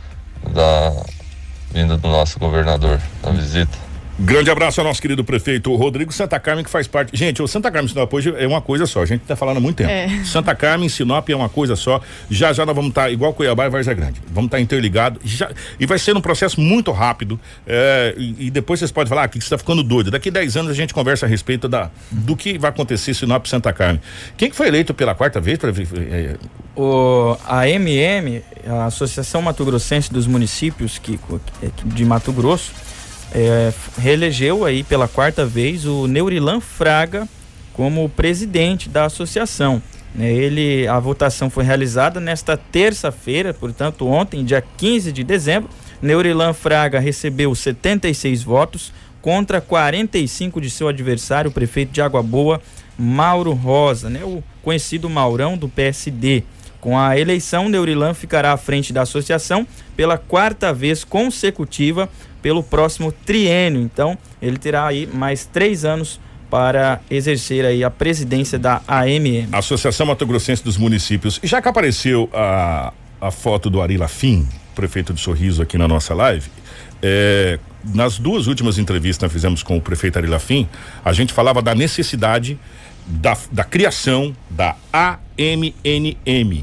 da vinda do nosso governador, da visita. Grande abraço ao nosso querido prefeito Rodrigo. Santa Carmen, que faz parte. Gente, o Santa Carmen e Sinop hoje é uma coisa só. A gente tá falando há muito tempo. É. Santa Carmen e Sinop é uma coisa só. Já já nós vamos estar tá, igual Cuiabá e Várzea Grande. Vamos estar tá interligados. Já, e vai ser um processo muito rápido. É, e, e depois vocês podem falar, ah, que você tá ficando doido. Daqui dez anos a gente conversa a respeito da, do que vai acontecer em Sinop e Santa Carmen. Quem que foi eleito pela quarta vez? Pra, é, o, a M M, a Associação Mato Grossense dos Municípios que, de Mato Grosso, É, reelegeu aí pela quarta vez o Neurilan Fraga como presidente da associação. Né? Ele, a votação foi realizada nesta terça-feira, portanto ontem, dia quinze de dezembro. Neurilan Fraga recebeu setenta e seis votos contra quarenta e cinco de seu adversário, o prefeito de Água Boa, Mauro Rosa, né? O conhecido Maurão do P S D. Com a eleição, Neurilan ficará à frente da associação pela quarta vez consecutiva pelo próximo triênio. Então, ele terá aí mais três anos para exercer aí a presidência da A M M. Associação Mato Grossense dos Municípios. Já que apareceu a, a foto do Ari Lafim, prefeito de Sorriso, aqui na nossa live, é, nas duas últimas entrevistas que nós fizemos com o prefeito Ari Lafim, a gente falava da necessidade da, da criação da A M N M.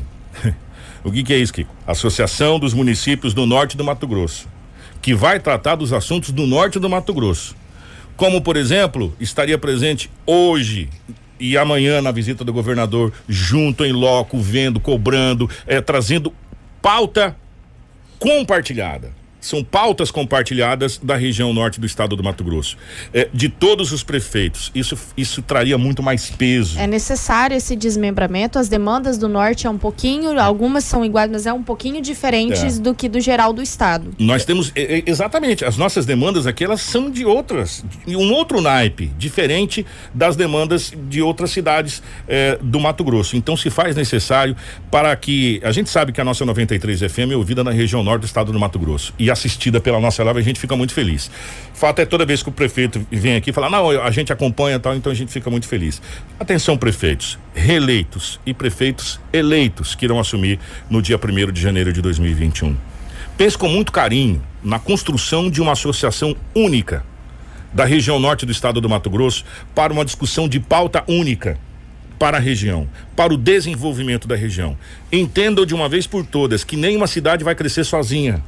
O que que é isso, Kiko? Associação dos Municípios do Norte do Mato Grosso, que vai tratar dos assuntos do norte do Mato Grosso. Como, por exemplo, estaria presente hoje e amanhã na visita do governador, junto em loco, vendo, cobrando, é, trazendo pauta compartilhada. São pautas compartilhadas da região norte do estado do Mato Grosso, é, de todos os prefeitos. Isso, isso traria muito mais peso. É necessário esse desmembramento. As demandas do norte é um pouquinho, algumas são iguais, mas é um pouquinho diferentes é. do que do geral do estado. Nós temos, é, exatamente, as nossas demandas aqui, elas são de outras, de um outro naipe, diferente das demandas de outras cidades é, do Mato Grosso. Então se faz necessário para que, a gente sabe que a nossa noventa e três F M é ouvida na região norte do estado do Mato Grosso e assistida pela nossa live, a gente fica muito feliz. Fato é, toda vez que o prefeito vem aqui falar, não, a gente acompanha e tal, então a gente fica muito feliz. Atenção, prefeitos reeleitos e prefeitos eleitos que irão assumir no dia primeiro de janeiro de dois mil e vinte e um. Pense com muito carinho na construção de uma associação única da região norte do estado do Mato Grosso para uma discussão de pauta única para a região, para o desenvolvimento da região. Entendam de uma vez por todas que nenhuma cidade vai crescer sozinha.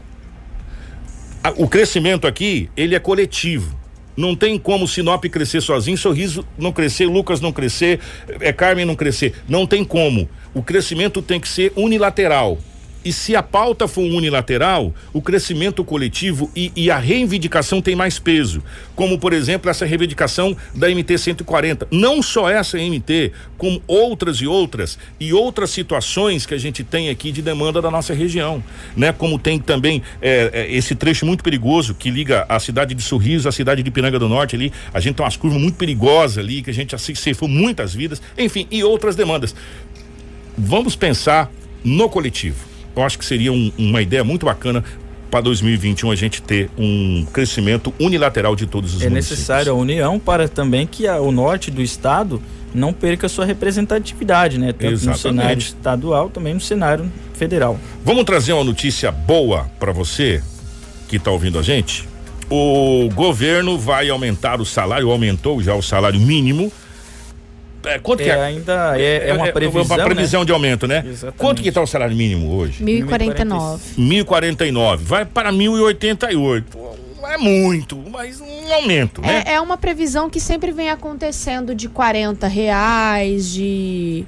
O crescimento aqui, ele é coletivo. Não tem como Sinop crescer sozinho, Sorriso não crescer, Lucas não crescer, é Carmen não crescer. Não tem como. O crescimento tem que ser unilateral. E se a pauta for unilateral, o crescimento coletivo e, e a reivindicação tem mais peso. Como, por exemplo, essa reivindicação da M T cento e quarenta. Não só essa M T, como outras e outras, e outras situações que a gente tem aqui de demanda da nossa região, né? Como tem também é, é, esse trecho muito perigoso que liga a cidade de Sorriso à cidade de Piranga do Norte ali. A gente tem umas curvas muito perigosas ali, que a gente assim ceifou muitas vidas, enfim, e outras demandas. Vamos pensar no coletivo. Eu acho que seria um, uma ideia muito bacana para dois mil e vinte e um a gente ter um crescimento unilateral de todos os é municípios. É necessário a união para também que a, o norte do estado não perca sua representatividade, né? Tanto Exatamente. No cenário estadual, também no cenário federal. Vamos trazer uma notícia boa para você que está ouvindo a gente. O governo vai aumentar o salário, aumentou já o salário mínimo. É, quanto é, que é? Ainda é, é uma previsão, é uma previsão, né? De aumento, né? Exatamente. Quanto que está o salário mínimo hoje? mil e quarenta e nove. mil e quarenta e nove. Vai para mil e oitenta e oito. Não é muito, mas um aumento, né? É, é uma previsão que sempre vem acontecendo de quarenta reais, de...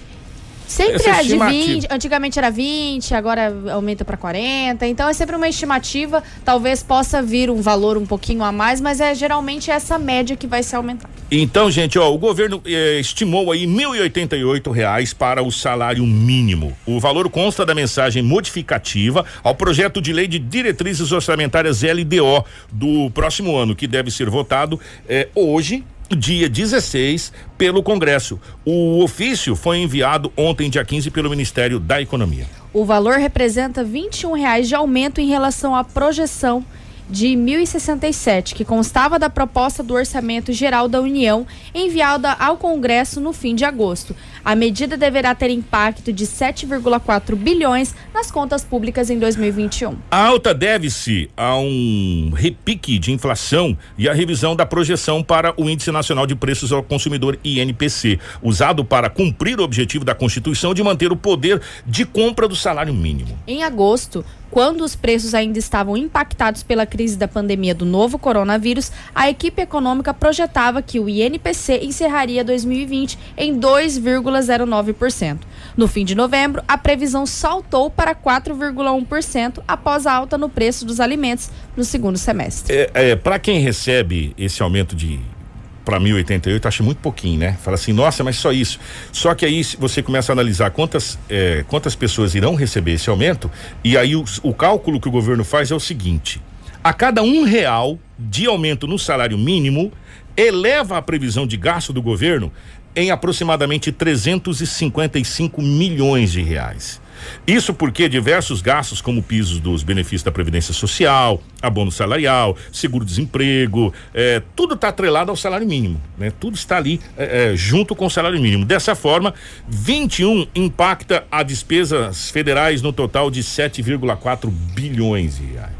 Sempre é de vinte, antigamente era vinte, agora aumenta para quarenta, então é sempre uma estimativa, talvez possa vir um valor um pouquinho a mais, mas é geralmente essa média que vai ser aumentada. Então, gente, ó, o governo eh, estimou aí mil e oitenta e oito reais para o salário mínimo. O valor consta da mensagem modificativa ao projeto de lei de diretrizes orçamentárias L D O do próximo ano, que deve ser votado eh, hoje, dia dezesseis, pelo Congresso. O ofício foi enviado ontem, dia quinze, pelo Ministério da Economia. O valor representa vinte e um reais de aumento em relação à projeção de mil e sessenta e sete, que constava da proposta do Orçamento Geral da União enviada ao Congresso no fim de agosto. A medida deverá ter impacto de sete vírgula quatro bilhões nas contas públicas em dois mil e vinte e um. A alta deve-se a um repique de inflação e a revisão da projeção para o Índice Nacional de Preços ao Consumidor, I N P C, usado para cumprir o objetivo da Constituição de manter o poder de compra do salário mínimo. Em agosto, quando os preços ainda estavam impactados pela crise da pandemia do novo coronavírus, a equipe econômica projetava que o I N P C encerraria dois mil e vinte em dois vírgula zero nove por cento. No fim de novembro, a previsão saltou para quatro vírgula um por cento após a alta no preço dos alimentos no segundo semestre. É, é, para quem recebe esse aumento de para mil e oitenta e oito, acha muito pouquinho, né? Fala assim, nossa, mas só isso. Só que aí você começa a analisar quantas, é, quantas pessoas irão receber esse aumento, e aí o, o cálculo que o governo faz é o seguinte: a cada um real de aumento no salário mínimo, eleva a previsão de gasto do governo em aproximadamente trezentos e cinquenta e cinco milhões de reais. Isso porque diversos gastos, como pisos dos benefícios da Previdência Social, abono salarial, seguro-desemprego, é, tudo está atrelado ao salário mínimo, né? Tudo está ali é, é, junto com o salário mínimo. Dessa forma, vinte e um impacta a despesas federais no total de sete vírgula quatro bilhões de reais.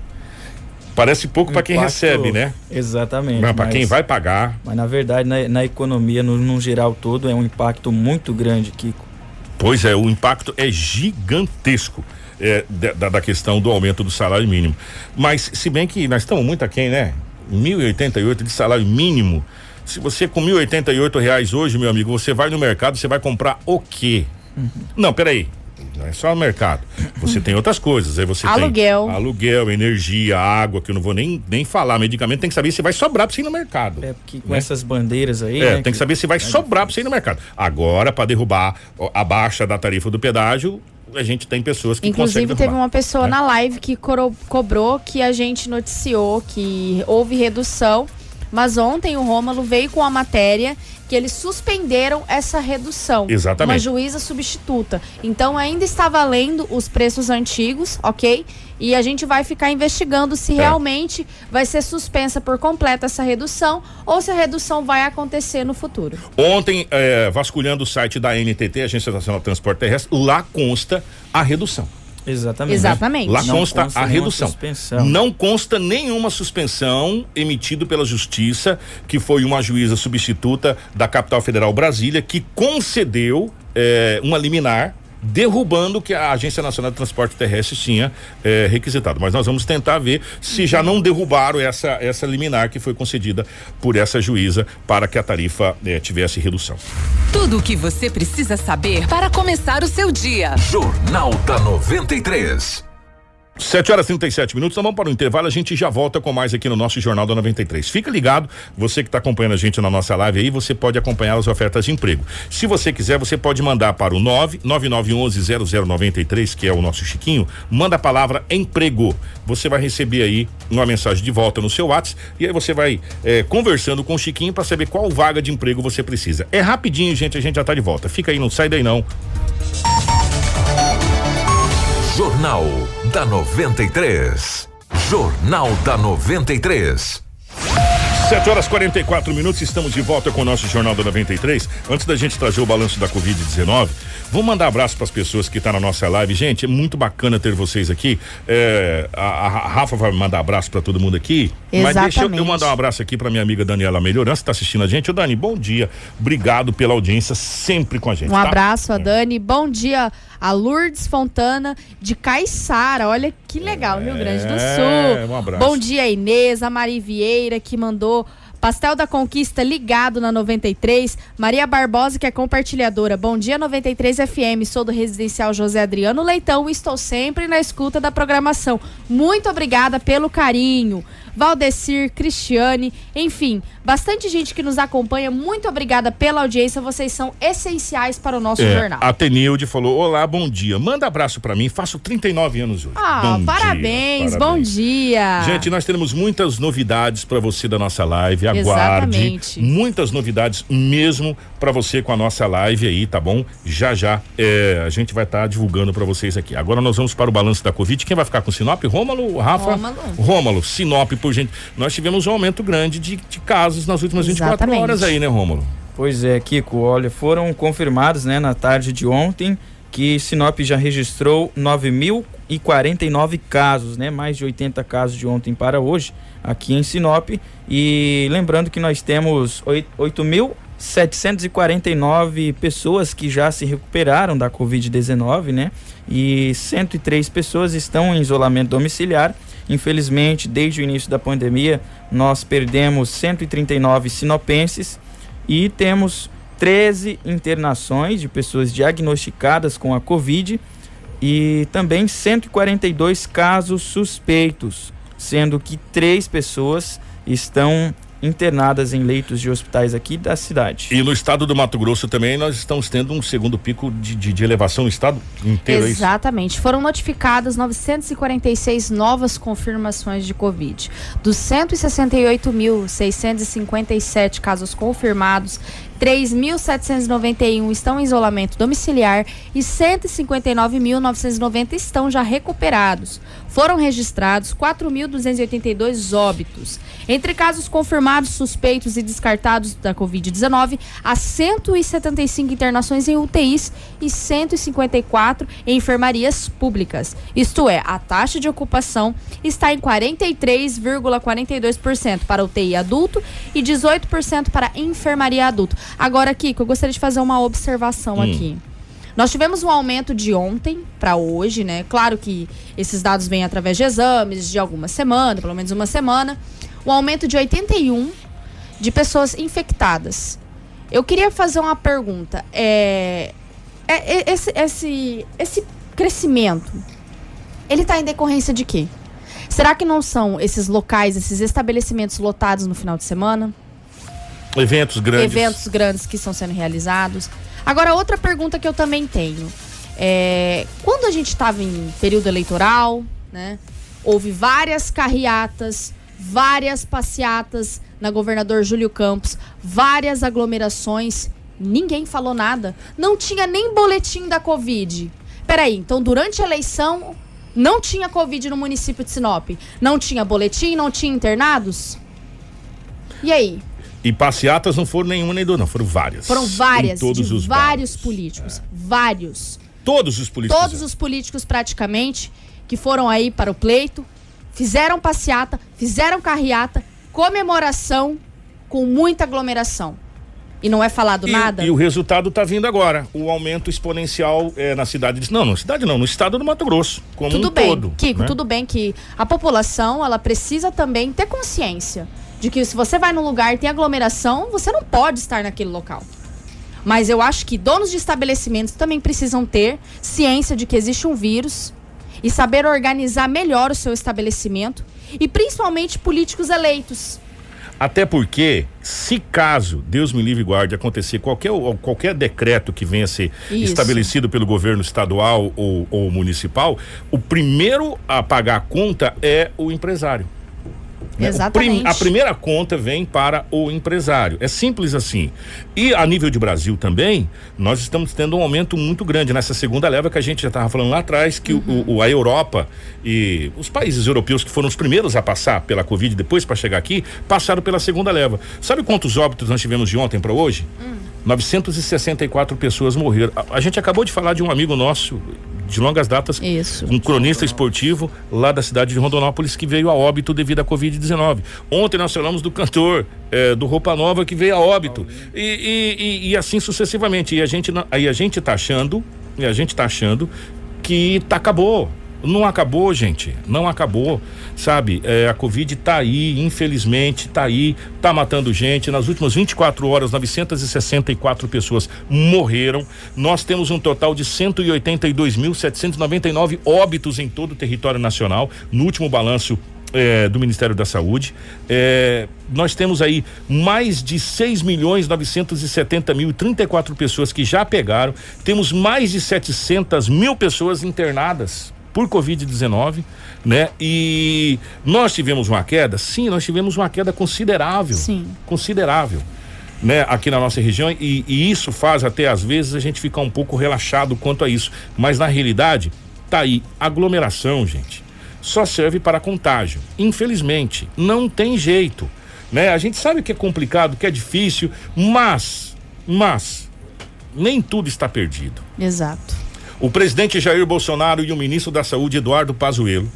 Parece pouco para quem recebe, né? Exatamente. Mas para quem vai pagar. Mas na verdade, na, na economia, no, no geral todo, é um impacto muito grande, Kiko. Pois é, o impacto é gigantesco é, da, da questão do aumento do salário mínimo. Mas, se bem que nós estamos muito aquém, né? mil e oitenta e oito de salário mínimo. Se você com mil e oitenta e oito reais hoje, meu amigo, você vai no mercado, você vai comprar o quê? Uhum. Não, peraí. Não é só o mercado. Você tem outras coisas. Aí você aluguel. tem aluguel, energia, água, que eu não vou nem, nem falar. Medicamento tem que saber se vai sobrar pra você ir no mercado. É, porque com né? essas bandeiras aí. É, né, tem que, que saber se vai é sobrar pra você ir no mercado. Agora, pra derrubar a baixa da tarifa do pedágio, a gente tem pessoas que Inclusive, conseguem derrubar. teve uma pessoa né? na live que coro- cobrou que a gente noticiou que houve redução, mas ontem o Rômulo veio com a matéria que eles suspenderam essa redução. Exatamente. Uma juíza substituta. Então ainda está valendo os preços antigos, ok? E a gente vai ficar investigando se É. realmente vai ser suspensa por completo essa redução ou se a redução vai acontecer no futuro. Ontem, é, vasculhando o site da N T T, Agência Nacional de Transporte Terrestre, lá consta a redução. Exatamente. Exatamente. Lá Não consta, consta a nenhuma redução. suspensão. Não consta nenhuma suspensão emitida pela Justiça, que foi uma juíza substituta da Capital Federal Brasília, que concedeu é, uma liminar derrubando o que a Agência Nacional de Transporte Terrestre tinha é, requisitado. Mas nós vamos tentar ver se já não derrubaram essa, essa liminar que foi concedida por essa juíza para que a tarifa é, tivesse redução. Tudo o que você precisa saber para começar o seu dia. Jornal da noventa e três. sete horas e trinta e sete minutos, nós vamos para o intervalo, a gente já volta com mais aqui no nosso Jornal da noventa e três. Fica ligado, você que está acompanhando a gente na nossa live aí, você pode acompanhar as ofertas de emprego. Se você quiser, você pode mandar para o nove nove nove um um zero zero nove três, que é o nosso Chiquinho, manda a palavra emprego. Você vai receber aí uma mensagem de volta no seu WhatsApp e aí você vai é, conversando com o Chiquinho para saber qual vaga de emprego você precisa. É rapidinho, gente, a gente já está de volta. Fica aí, não sai daí não. Jornal da noventa e três. Jornal da noventa e três. sete horas e quarenta e quatro minutos, estamos de volta com o nosso Jornal da noventa e três. Antes da gente trazer o balanço da covid dezenove, vamos mandar abraço para as pessoas que estão tá na nossa live. Gente, é muito bacana ter vocês aqui. É, a, a Rafa vai mandar abraço para todo mundo aqui. Exatamente. Mas deixa eu, eu mandar um abraço aqui para minha amiga Daniela Melhorança, que tá assistindo a gente. Ô Dani, bom dia. Obrigado pela audiência sempre com a gente. Um tá? abraço a Dani. Bom dia a Lourdes Fontana de Caiçara. Olha que legal, Rio Grande do Sul. Um abraço. Bom dia, Inês, a Mari Vieira, que mandou Pastel da Conquista ligado na noventa e três. Maria Barbosa, que é compartilhadora. Bom dia, noventa e três F M. Sou do Residencial José Adriano Leitão e estou sempre na escuta da programação. Muito obrigada pelo carinho. Valdecir, Cristiane, enfim, bastante gente que nos acompanha. Muito obrigada pela audiência. Vocês são essenciais para o nosso É, jornal. a Tenilde falou: olá, bom dia. Manda abraço pra mim, faço trinta e nove anos hoje. Ah, Bom parabéns, dia, bom parabéns. dia. Gente, nós teremos muitas novidades pra você da nossa live. Aguarde. Exatamente. Muitas novidades mesmo pra você com a nossa live aí, tá bom? Já já é, a gente vai estar tá divulgando pra vocês aqui. Agora nós vamos para o balanço da Covid. Quem vai ficar com Sinop? Rômulo, Rafa? Rômulo. Rômulo, Sinop, por gente. Nós tivemos um aumento grande de, de casos nas últimas vinte e quatro Exatamente. horas aí, né, Rômulo? Pois é, Kiko, olha, foram confirmados, né, na tarde de ontem, que Sinop já registrou nove mil e quarenta e nove casos, né, mais de oitenta casos de ontem para hoje, aqui em Sinop, e lembrando que nós temos oito mil setecentos e quarenta e nove pessoas que já se recuperaram da covid dezenove, né, e cento e três pessoas estão em isolamento domiciliar. Infelizmente, desde o início da pandemia, nós perdemos cento e trinta e nove sinopenses e temos treze internações de pessoas diagnosticadas com a Covid e também cento e quarenta e dois casos suspeitos, sendo que três pessoas estão internadas em leitos de hospitais aqui da cidade. E no estado do Mato Grosso também nós estamos tendo um segundo pico de, de, de elevação no estado inteiro. Exatamente. Foram notificadas novecentos e quarenta e seis novas confirmações de Covid. Dos cento e sessenta e oito mil seiscentos e cinquenta e sete casos confirmados, três mil setecentos e noventa e um estão em isolamento domiciliar e cento e cinquenta e nove mil novecentos e noventa estão já recuperados. Foram registrados quatro mil duzentos e oitenta e dois óbitos. Entre casos confirmados, suspeitos e descartados da covid dezenove, há cento e setenta e cinco internações em U T Is e cento e cinquenta e quatro em enfermarias públicas. Isto é, a taxa de ocupação está em quarenta e três vírgula quarenta e dois por cento para U T I adulto e dezoito por cento para enfermaria adulto. Agora, Kiko, eu gostaria de fazer uma observação hum. aqui. Nós tivemos um aumento de ontem para hoje, né? Claro que esses dados vêm através de exames de alguma semana, pelo menos uma semana. Um aumento de oitenta e um de pessoas infectadas. Eu queria fazer uma pergunta. É, é é, é, esse, esse, esse crescimento, ele está em decorrência de quê? Será que não são esses locais, esses estabelecimentos lotados no final de semana? Eventos grandes. Eventos grandes que estão sendo realizados. Agora, outra pergunta que eu também tenho. É, quando a gente estava em período eleitoral, né, houve várias carreatas, várias passeatas na Governador Júlio Campos, várias aglomerações, ninguém falou nada. Não tinha nem boletim da Covid. Peraí, então durante a eleição não tinha Covid no município de Sinop? Não tinha boletim, não tinha internados? E aí? E passeatas não foram nenhuma nem duas, não, foram várias. Foram várias, em todos de os vários bairros. políticos, É. vários. Todos os políticos. Todos os políticos praticamente que foram aí para o pleito, fizeram passeata, fizeram carreata, comemoração com muita aglomeração. E não é falado e, nada? E o resultado está vindo agora. O aumento exponencial é, na cidade de... Não, na cidade não, no estado do Mato Grosso, como tudo um bem, todo. Kiko, né? tudo bem que a população, ela precisa também ter consciência de que se você vai num lugar e tem aglomeração, você não pode estar naquele local. Mas eu acho que donos de estabelecimentos também precisam ter ciência de que existe um vírus e saber organizar melhor o seu estabelecimento, e principalmente políticos eleitos. Até porque, se caso, Deus me livre e guarde, acontecer qualquer, qualquer decreto que venha a ser Isso. estabelecido pelo governo estadual ou, ou municipal, o primeiro a pagar a conta é o empresário. Né? Exatamente. O prim, a primeira conta vem para o empresário. É simples assim. E a nível de Brasil também, nós estamos tendo um aumento muito grande nessa segunda leva que a gente já estava falando lá atrás, que uhum. o, o, a Europa e os países europeus que foram os primeiros a passar pela Covid, depois para chegar aqui, passaram pela segunda leva. Sabe quantos óbitos nós tivemos de ontem para hoje? Hum. novecentas e sessenta e quatro pessoas morreram. A, a gente acabou de falar de um amigo nosso de longas datas, Isso. um cronista esportivo lá da cidade de Rondonópolis que veio a óbito devido à covid dezenove. Ontem nós falamos do cantor é, do Roupa Nova que veio a óbito e, e, e, e assim sucessivamente. E a gente aí a gente tá achando, e a gente tá achando que tá acabou. Não acabou, gente, não acabou, sabe, é, a Covid tá aí, infelizmente tá aí, tá matando gente. Nas últimas vinte e quatro horas, novecentas e sessenta e quatro pessoas morreram. Nós temos um total de cento e oitenta e dois mil, setecentos e noventa e nove óbitos em todo o território nacional, no último balanço É, do Ministério da Saúde. É, nós temos aí mais de seis milhões novecentos e setenta mil e trinta e quatro pessoas que já pegaram. Temos mais de setecentas mil pessoas internadas por covid dezenove, né? E nós tivemos uma queda, sim, nós tivemos uma queda considerável, sim. considerável, né? Aqui na nossa região e, e isso faz até às vezes a gente ficar um pouco relaxado quanto a isso, mas na realidade tá aí, aglomeração, gente, só serve para contágio. Infelizmente, não tem jeito, né? A gente sabe que é complicado, que é difícil, mas, mas, nem tudo está perdido. Exato. O presidente Jair Bolsonaro e o ministro da Saúde, Eduardo Pazuello,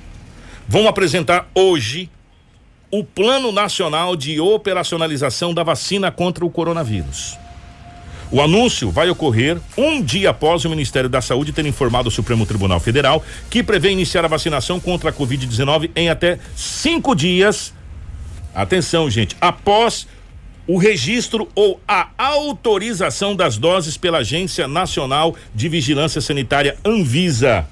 vão apresentar hoje o Plano Nacional de Operacionalização da Vacina contra o Coronavírus. O anúncio vai ocorrer um dia após o Ministério da Saúde ter informado o Supremo Tribunal Federal que prevê iniciar a vacinação contra a covid dezenove em até cinco dias. Atenção, gente, após o registro ou a autorização das doses pela Agência Nacional de Vigilância Sanitária, Anvisa.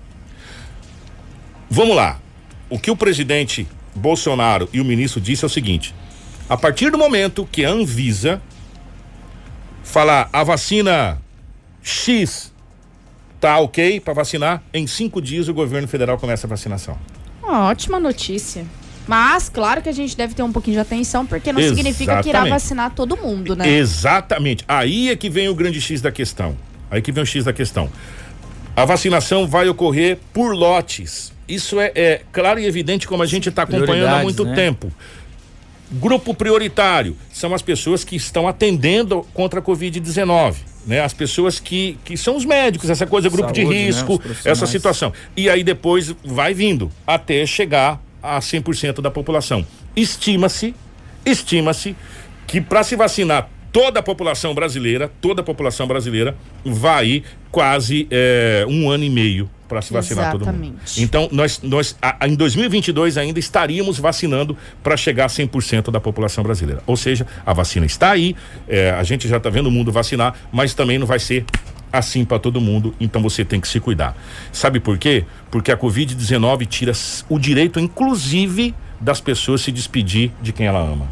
Vamos lá. O que o presidente Bolsonaro e o ministro disse é o seguinte: a partir do momento que a Anvisa falar a vacina X tá ok para vacinar, em cinco dias o governo federal começa a vacinação. Uma ótima notícia. Mas, claro que a gente deve ter um pouquinho de atenção, porque não Exatamente. significa que irá vacinar todo mundo, né? Exatamente. Aí é que vem o grande X da questão. Aí que vem o X da questão. A vacinação vai ocorrer por lotes. Isso é, é claro e evidente, como a gente está acompanhando há muito, né, tempo. Grupo prioritário são as pessoas que estão atendendo contra a covid dezenove, né? As pessoas que, que são os médicos, essa coisa, grupo Saúde, de risco, né? essa situação. E aí depois vai vindo até chegar a cem por cento da população. Estima-se, estima-se que para se vacinar toda a população brasileira, toda a população brasileira vai quase é, um ano e meio para se vacinar. Exatamente. Todo mundo. Então nós, nós a, a, em dois mil e vinte e dois ainda estaríamos vacinando para chegar a cem por cento da população brasileira. Ou seja, a vacina está aí, é, a gente já está vendo o mundo vacinar, mas também não vai ser assim para todo mundo, então você tem que se cuidar. Sabe por quê? Porque a covid dezenove tira o direito, inclusive, das pessoas se despedir de quem ela ama.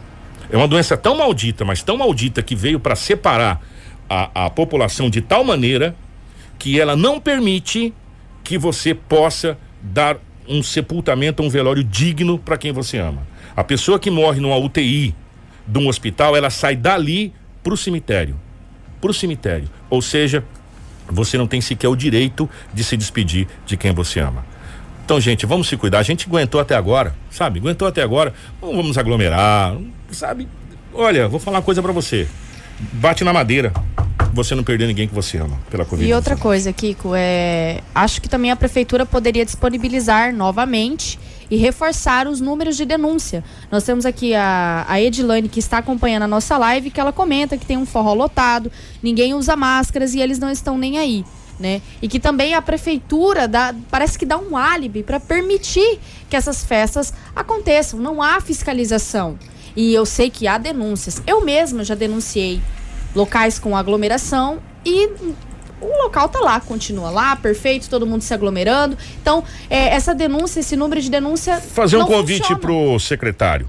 É uma doença tão maldita, mas tão maldita, que veio para separar a, a população de tal maneira que ela não permite que você possa dar um sepultamento, um velório digno para quem você ama. A pessoa que morre numa U T I de um hospital, ela sai dali pro cemitério. Pro cemitério. Ou seja, você não tem sequer o direito de se despedir de quem você ama. Então, gente, vamos se cuidar. A gente aguentou até agora, sabe? Aguentou até agora. Não vamos aglomerar, sabe? Olha, vou falar uma coisa pra você. Bate na madeira, você não perder ninguém que você ama pela Covid. E outra coisa, Kiko, é... acho que também a prefeitura poderia disponibilizar novamente e reforçar os números de denúncia. Nós temos aqui a, a Edilane, que está acompanhando a nossa live, que ela comenta que tem um forró lotado, ninguém usa máscaras e eles não estão nem aí, né? E que também a prefeitura dá, parece que dá um álibi para permitir que essas festas aconteçam. Não há fiscalização. E eu sei que há denúncias. Eu mesma já denunciei locais com aglomeração e o local tá lá, continua lá, perfeito, todo mundo se aglomerando. Então, é, essa denúncia, esse número de denúncia fazer um convite funciona. Pro secretário.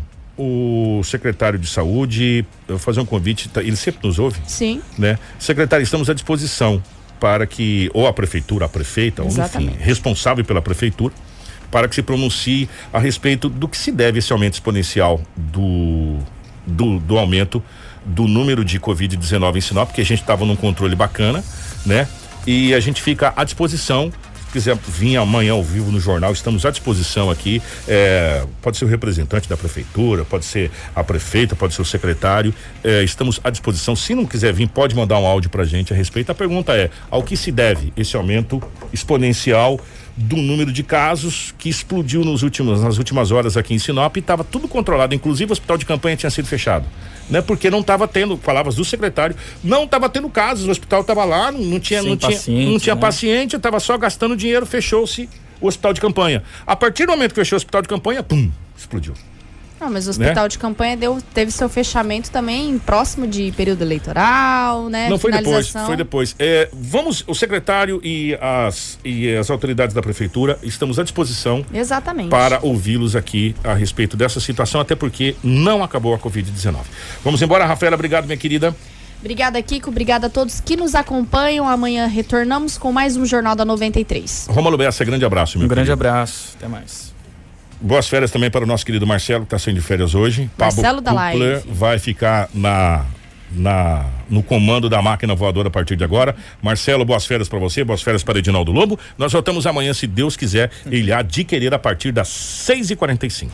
O secretário de saúde, eu vou fazer um convite, ele sempre nos ouve? Sim. Né? Secretário, estamos à disposição para que, ou a prefeitura, a prefeita, ou enfim, responsável pela prefeitura, para que se pronuncie a respeito do que se deve esse aumento exponencial do, do, do aumento do número de covid dezenove em Sinop, porque a gente estava num controle bacana, né? E a gente fica à disposição. Se quiser vir amanhã ao vivo no jornal, estamos à disposição aqui. É, pode ser o representante da prefeitura, pode ser a prefeita, pode ser o secretário. É, estamos à disposição. Se não quiser vir, pode mandar um áudio pra gente a respeito. A pergunta é: ao que se deve esse aumento exponencial do número de casos que explodiu nos últimos, nas últimas horas aqui em Sinop? E estava tudo controlado, inclusive o hospital de campanha tinha sido fechado, né? Porque não estava tendo, palavras do secretário, não estava tendo casos, o hospital estava lá, não, não tinha, não tinha, não tinha né? paciente, estava só gastando dinheiro, fechou-se o hospital de campanha. A partir do momento que fechou o hospital de campanha, pum, explodiu. Não, mas o hospital né? de campanha deu, teve seu fechamento também próximo de período eleitoral, né? Não, foi depois, foi depois. É, vamos, o secretário e as, e as autoridades da prefeitura estamos à disposição. Exatamente. Para ouvi-los aqui a respeito dessa situação, até porque não acabou a covid dezenove. Vamos embora, Rafaela, obrigado, minha querida. Obrigada, Kiko, obrigada a todos que nos acompanham. Amanhã retornamos com mais um Jornal da noventa e três. Rômulo Bessa, grande abraço, meu Um grande querido. abraço, até mais. Boas férias também para o nosso querido Marcelo, que está saindo de férias hoje. Marcelo Pablo da Kupler Live vai ficar na, na, no comando da máquina voadora a partir de agora. Marcelo, boas férias para você, boas férias para Edinaldo Lobo. Nós voltamos amanhã, se Deus quiser, ele há de querer a partir das seis e quarenta e cinco.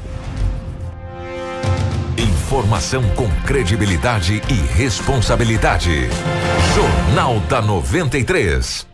Informação com credibilidade e responsabilidade. Jornal da noventa e três.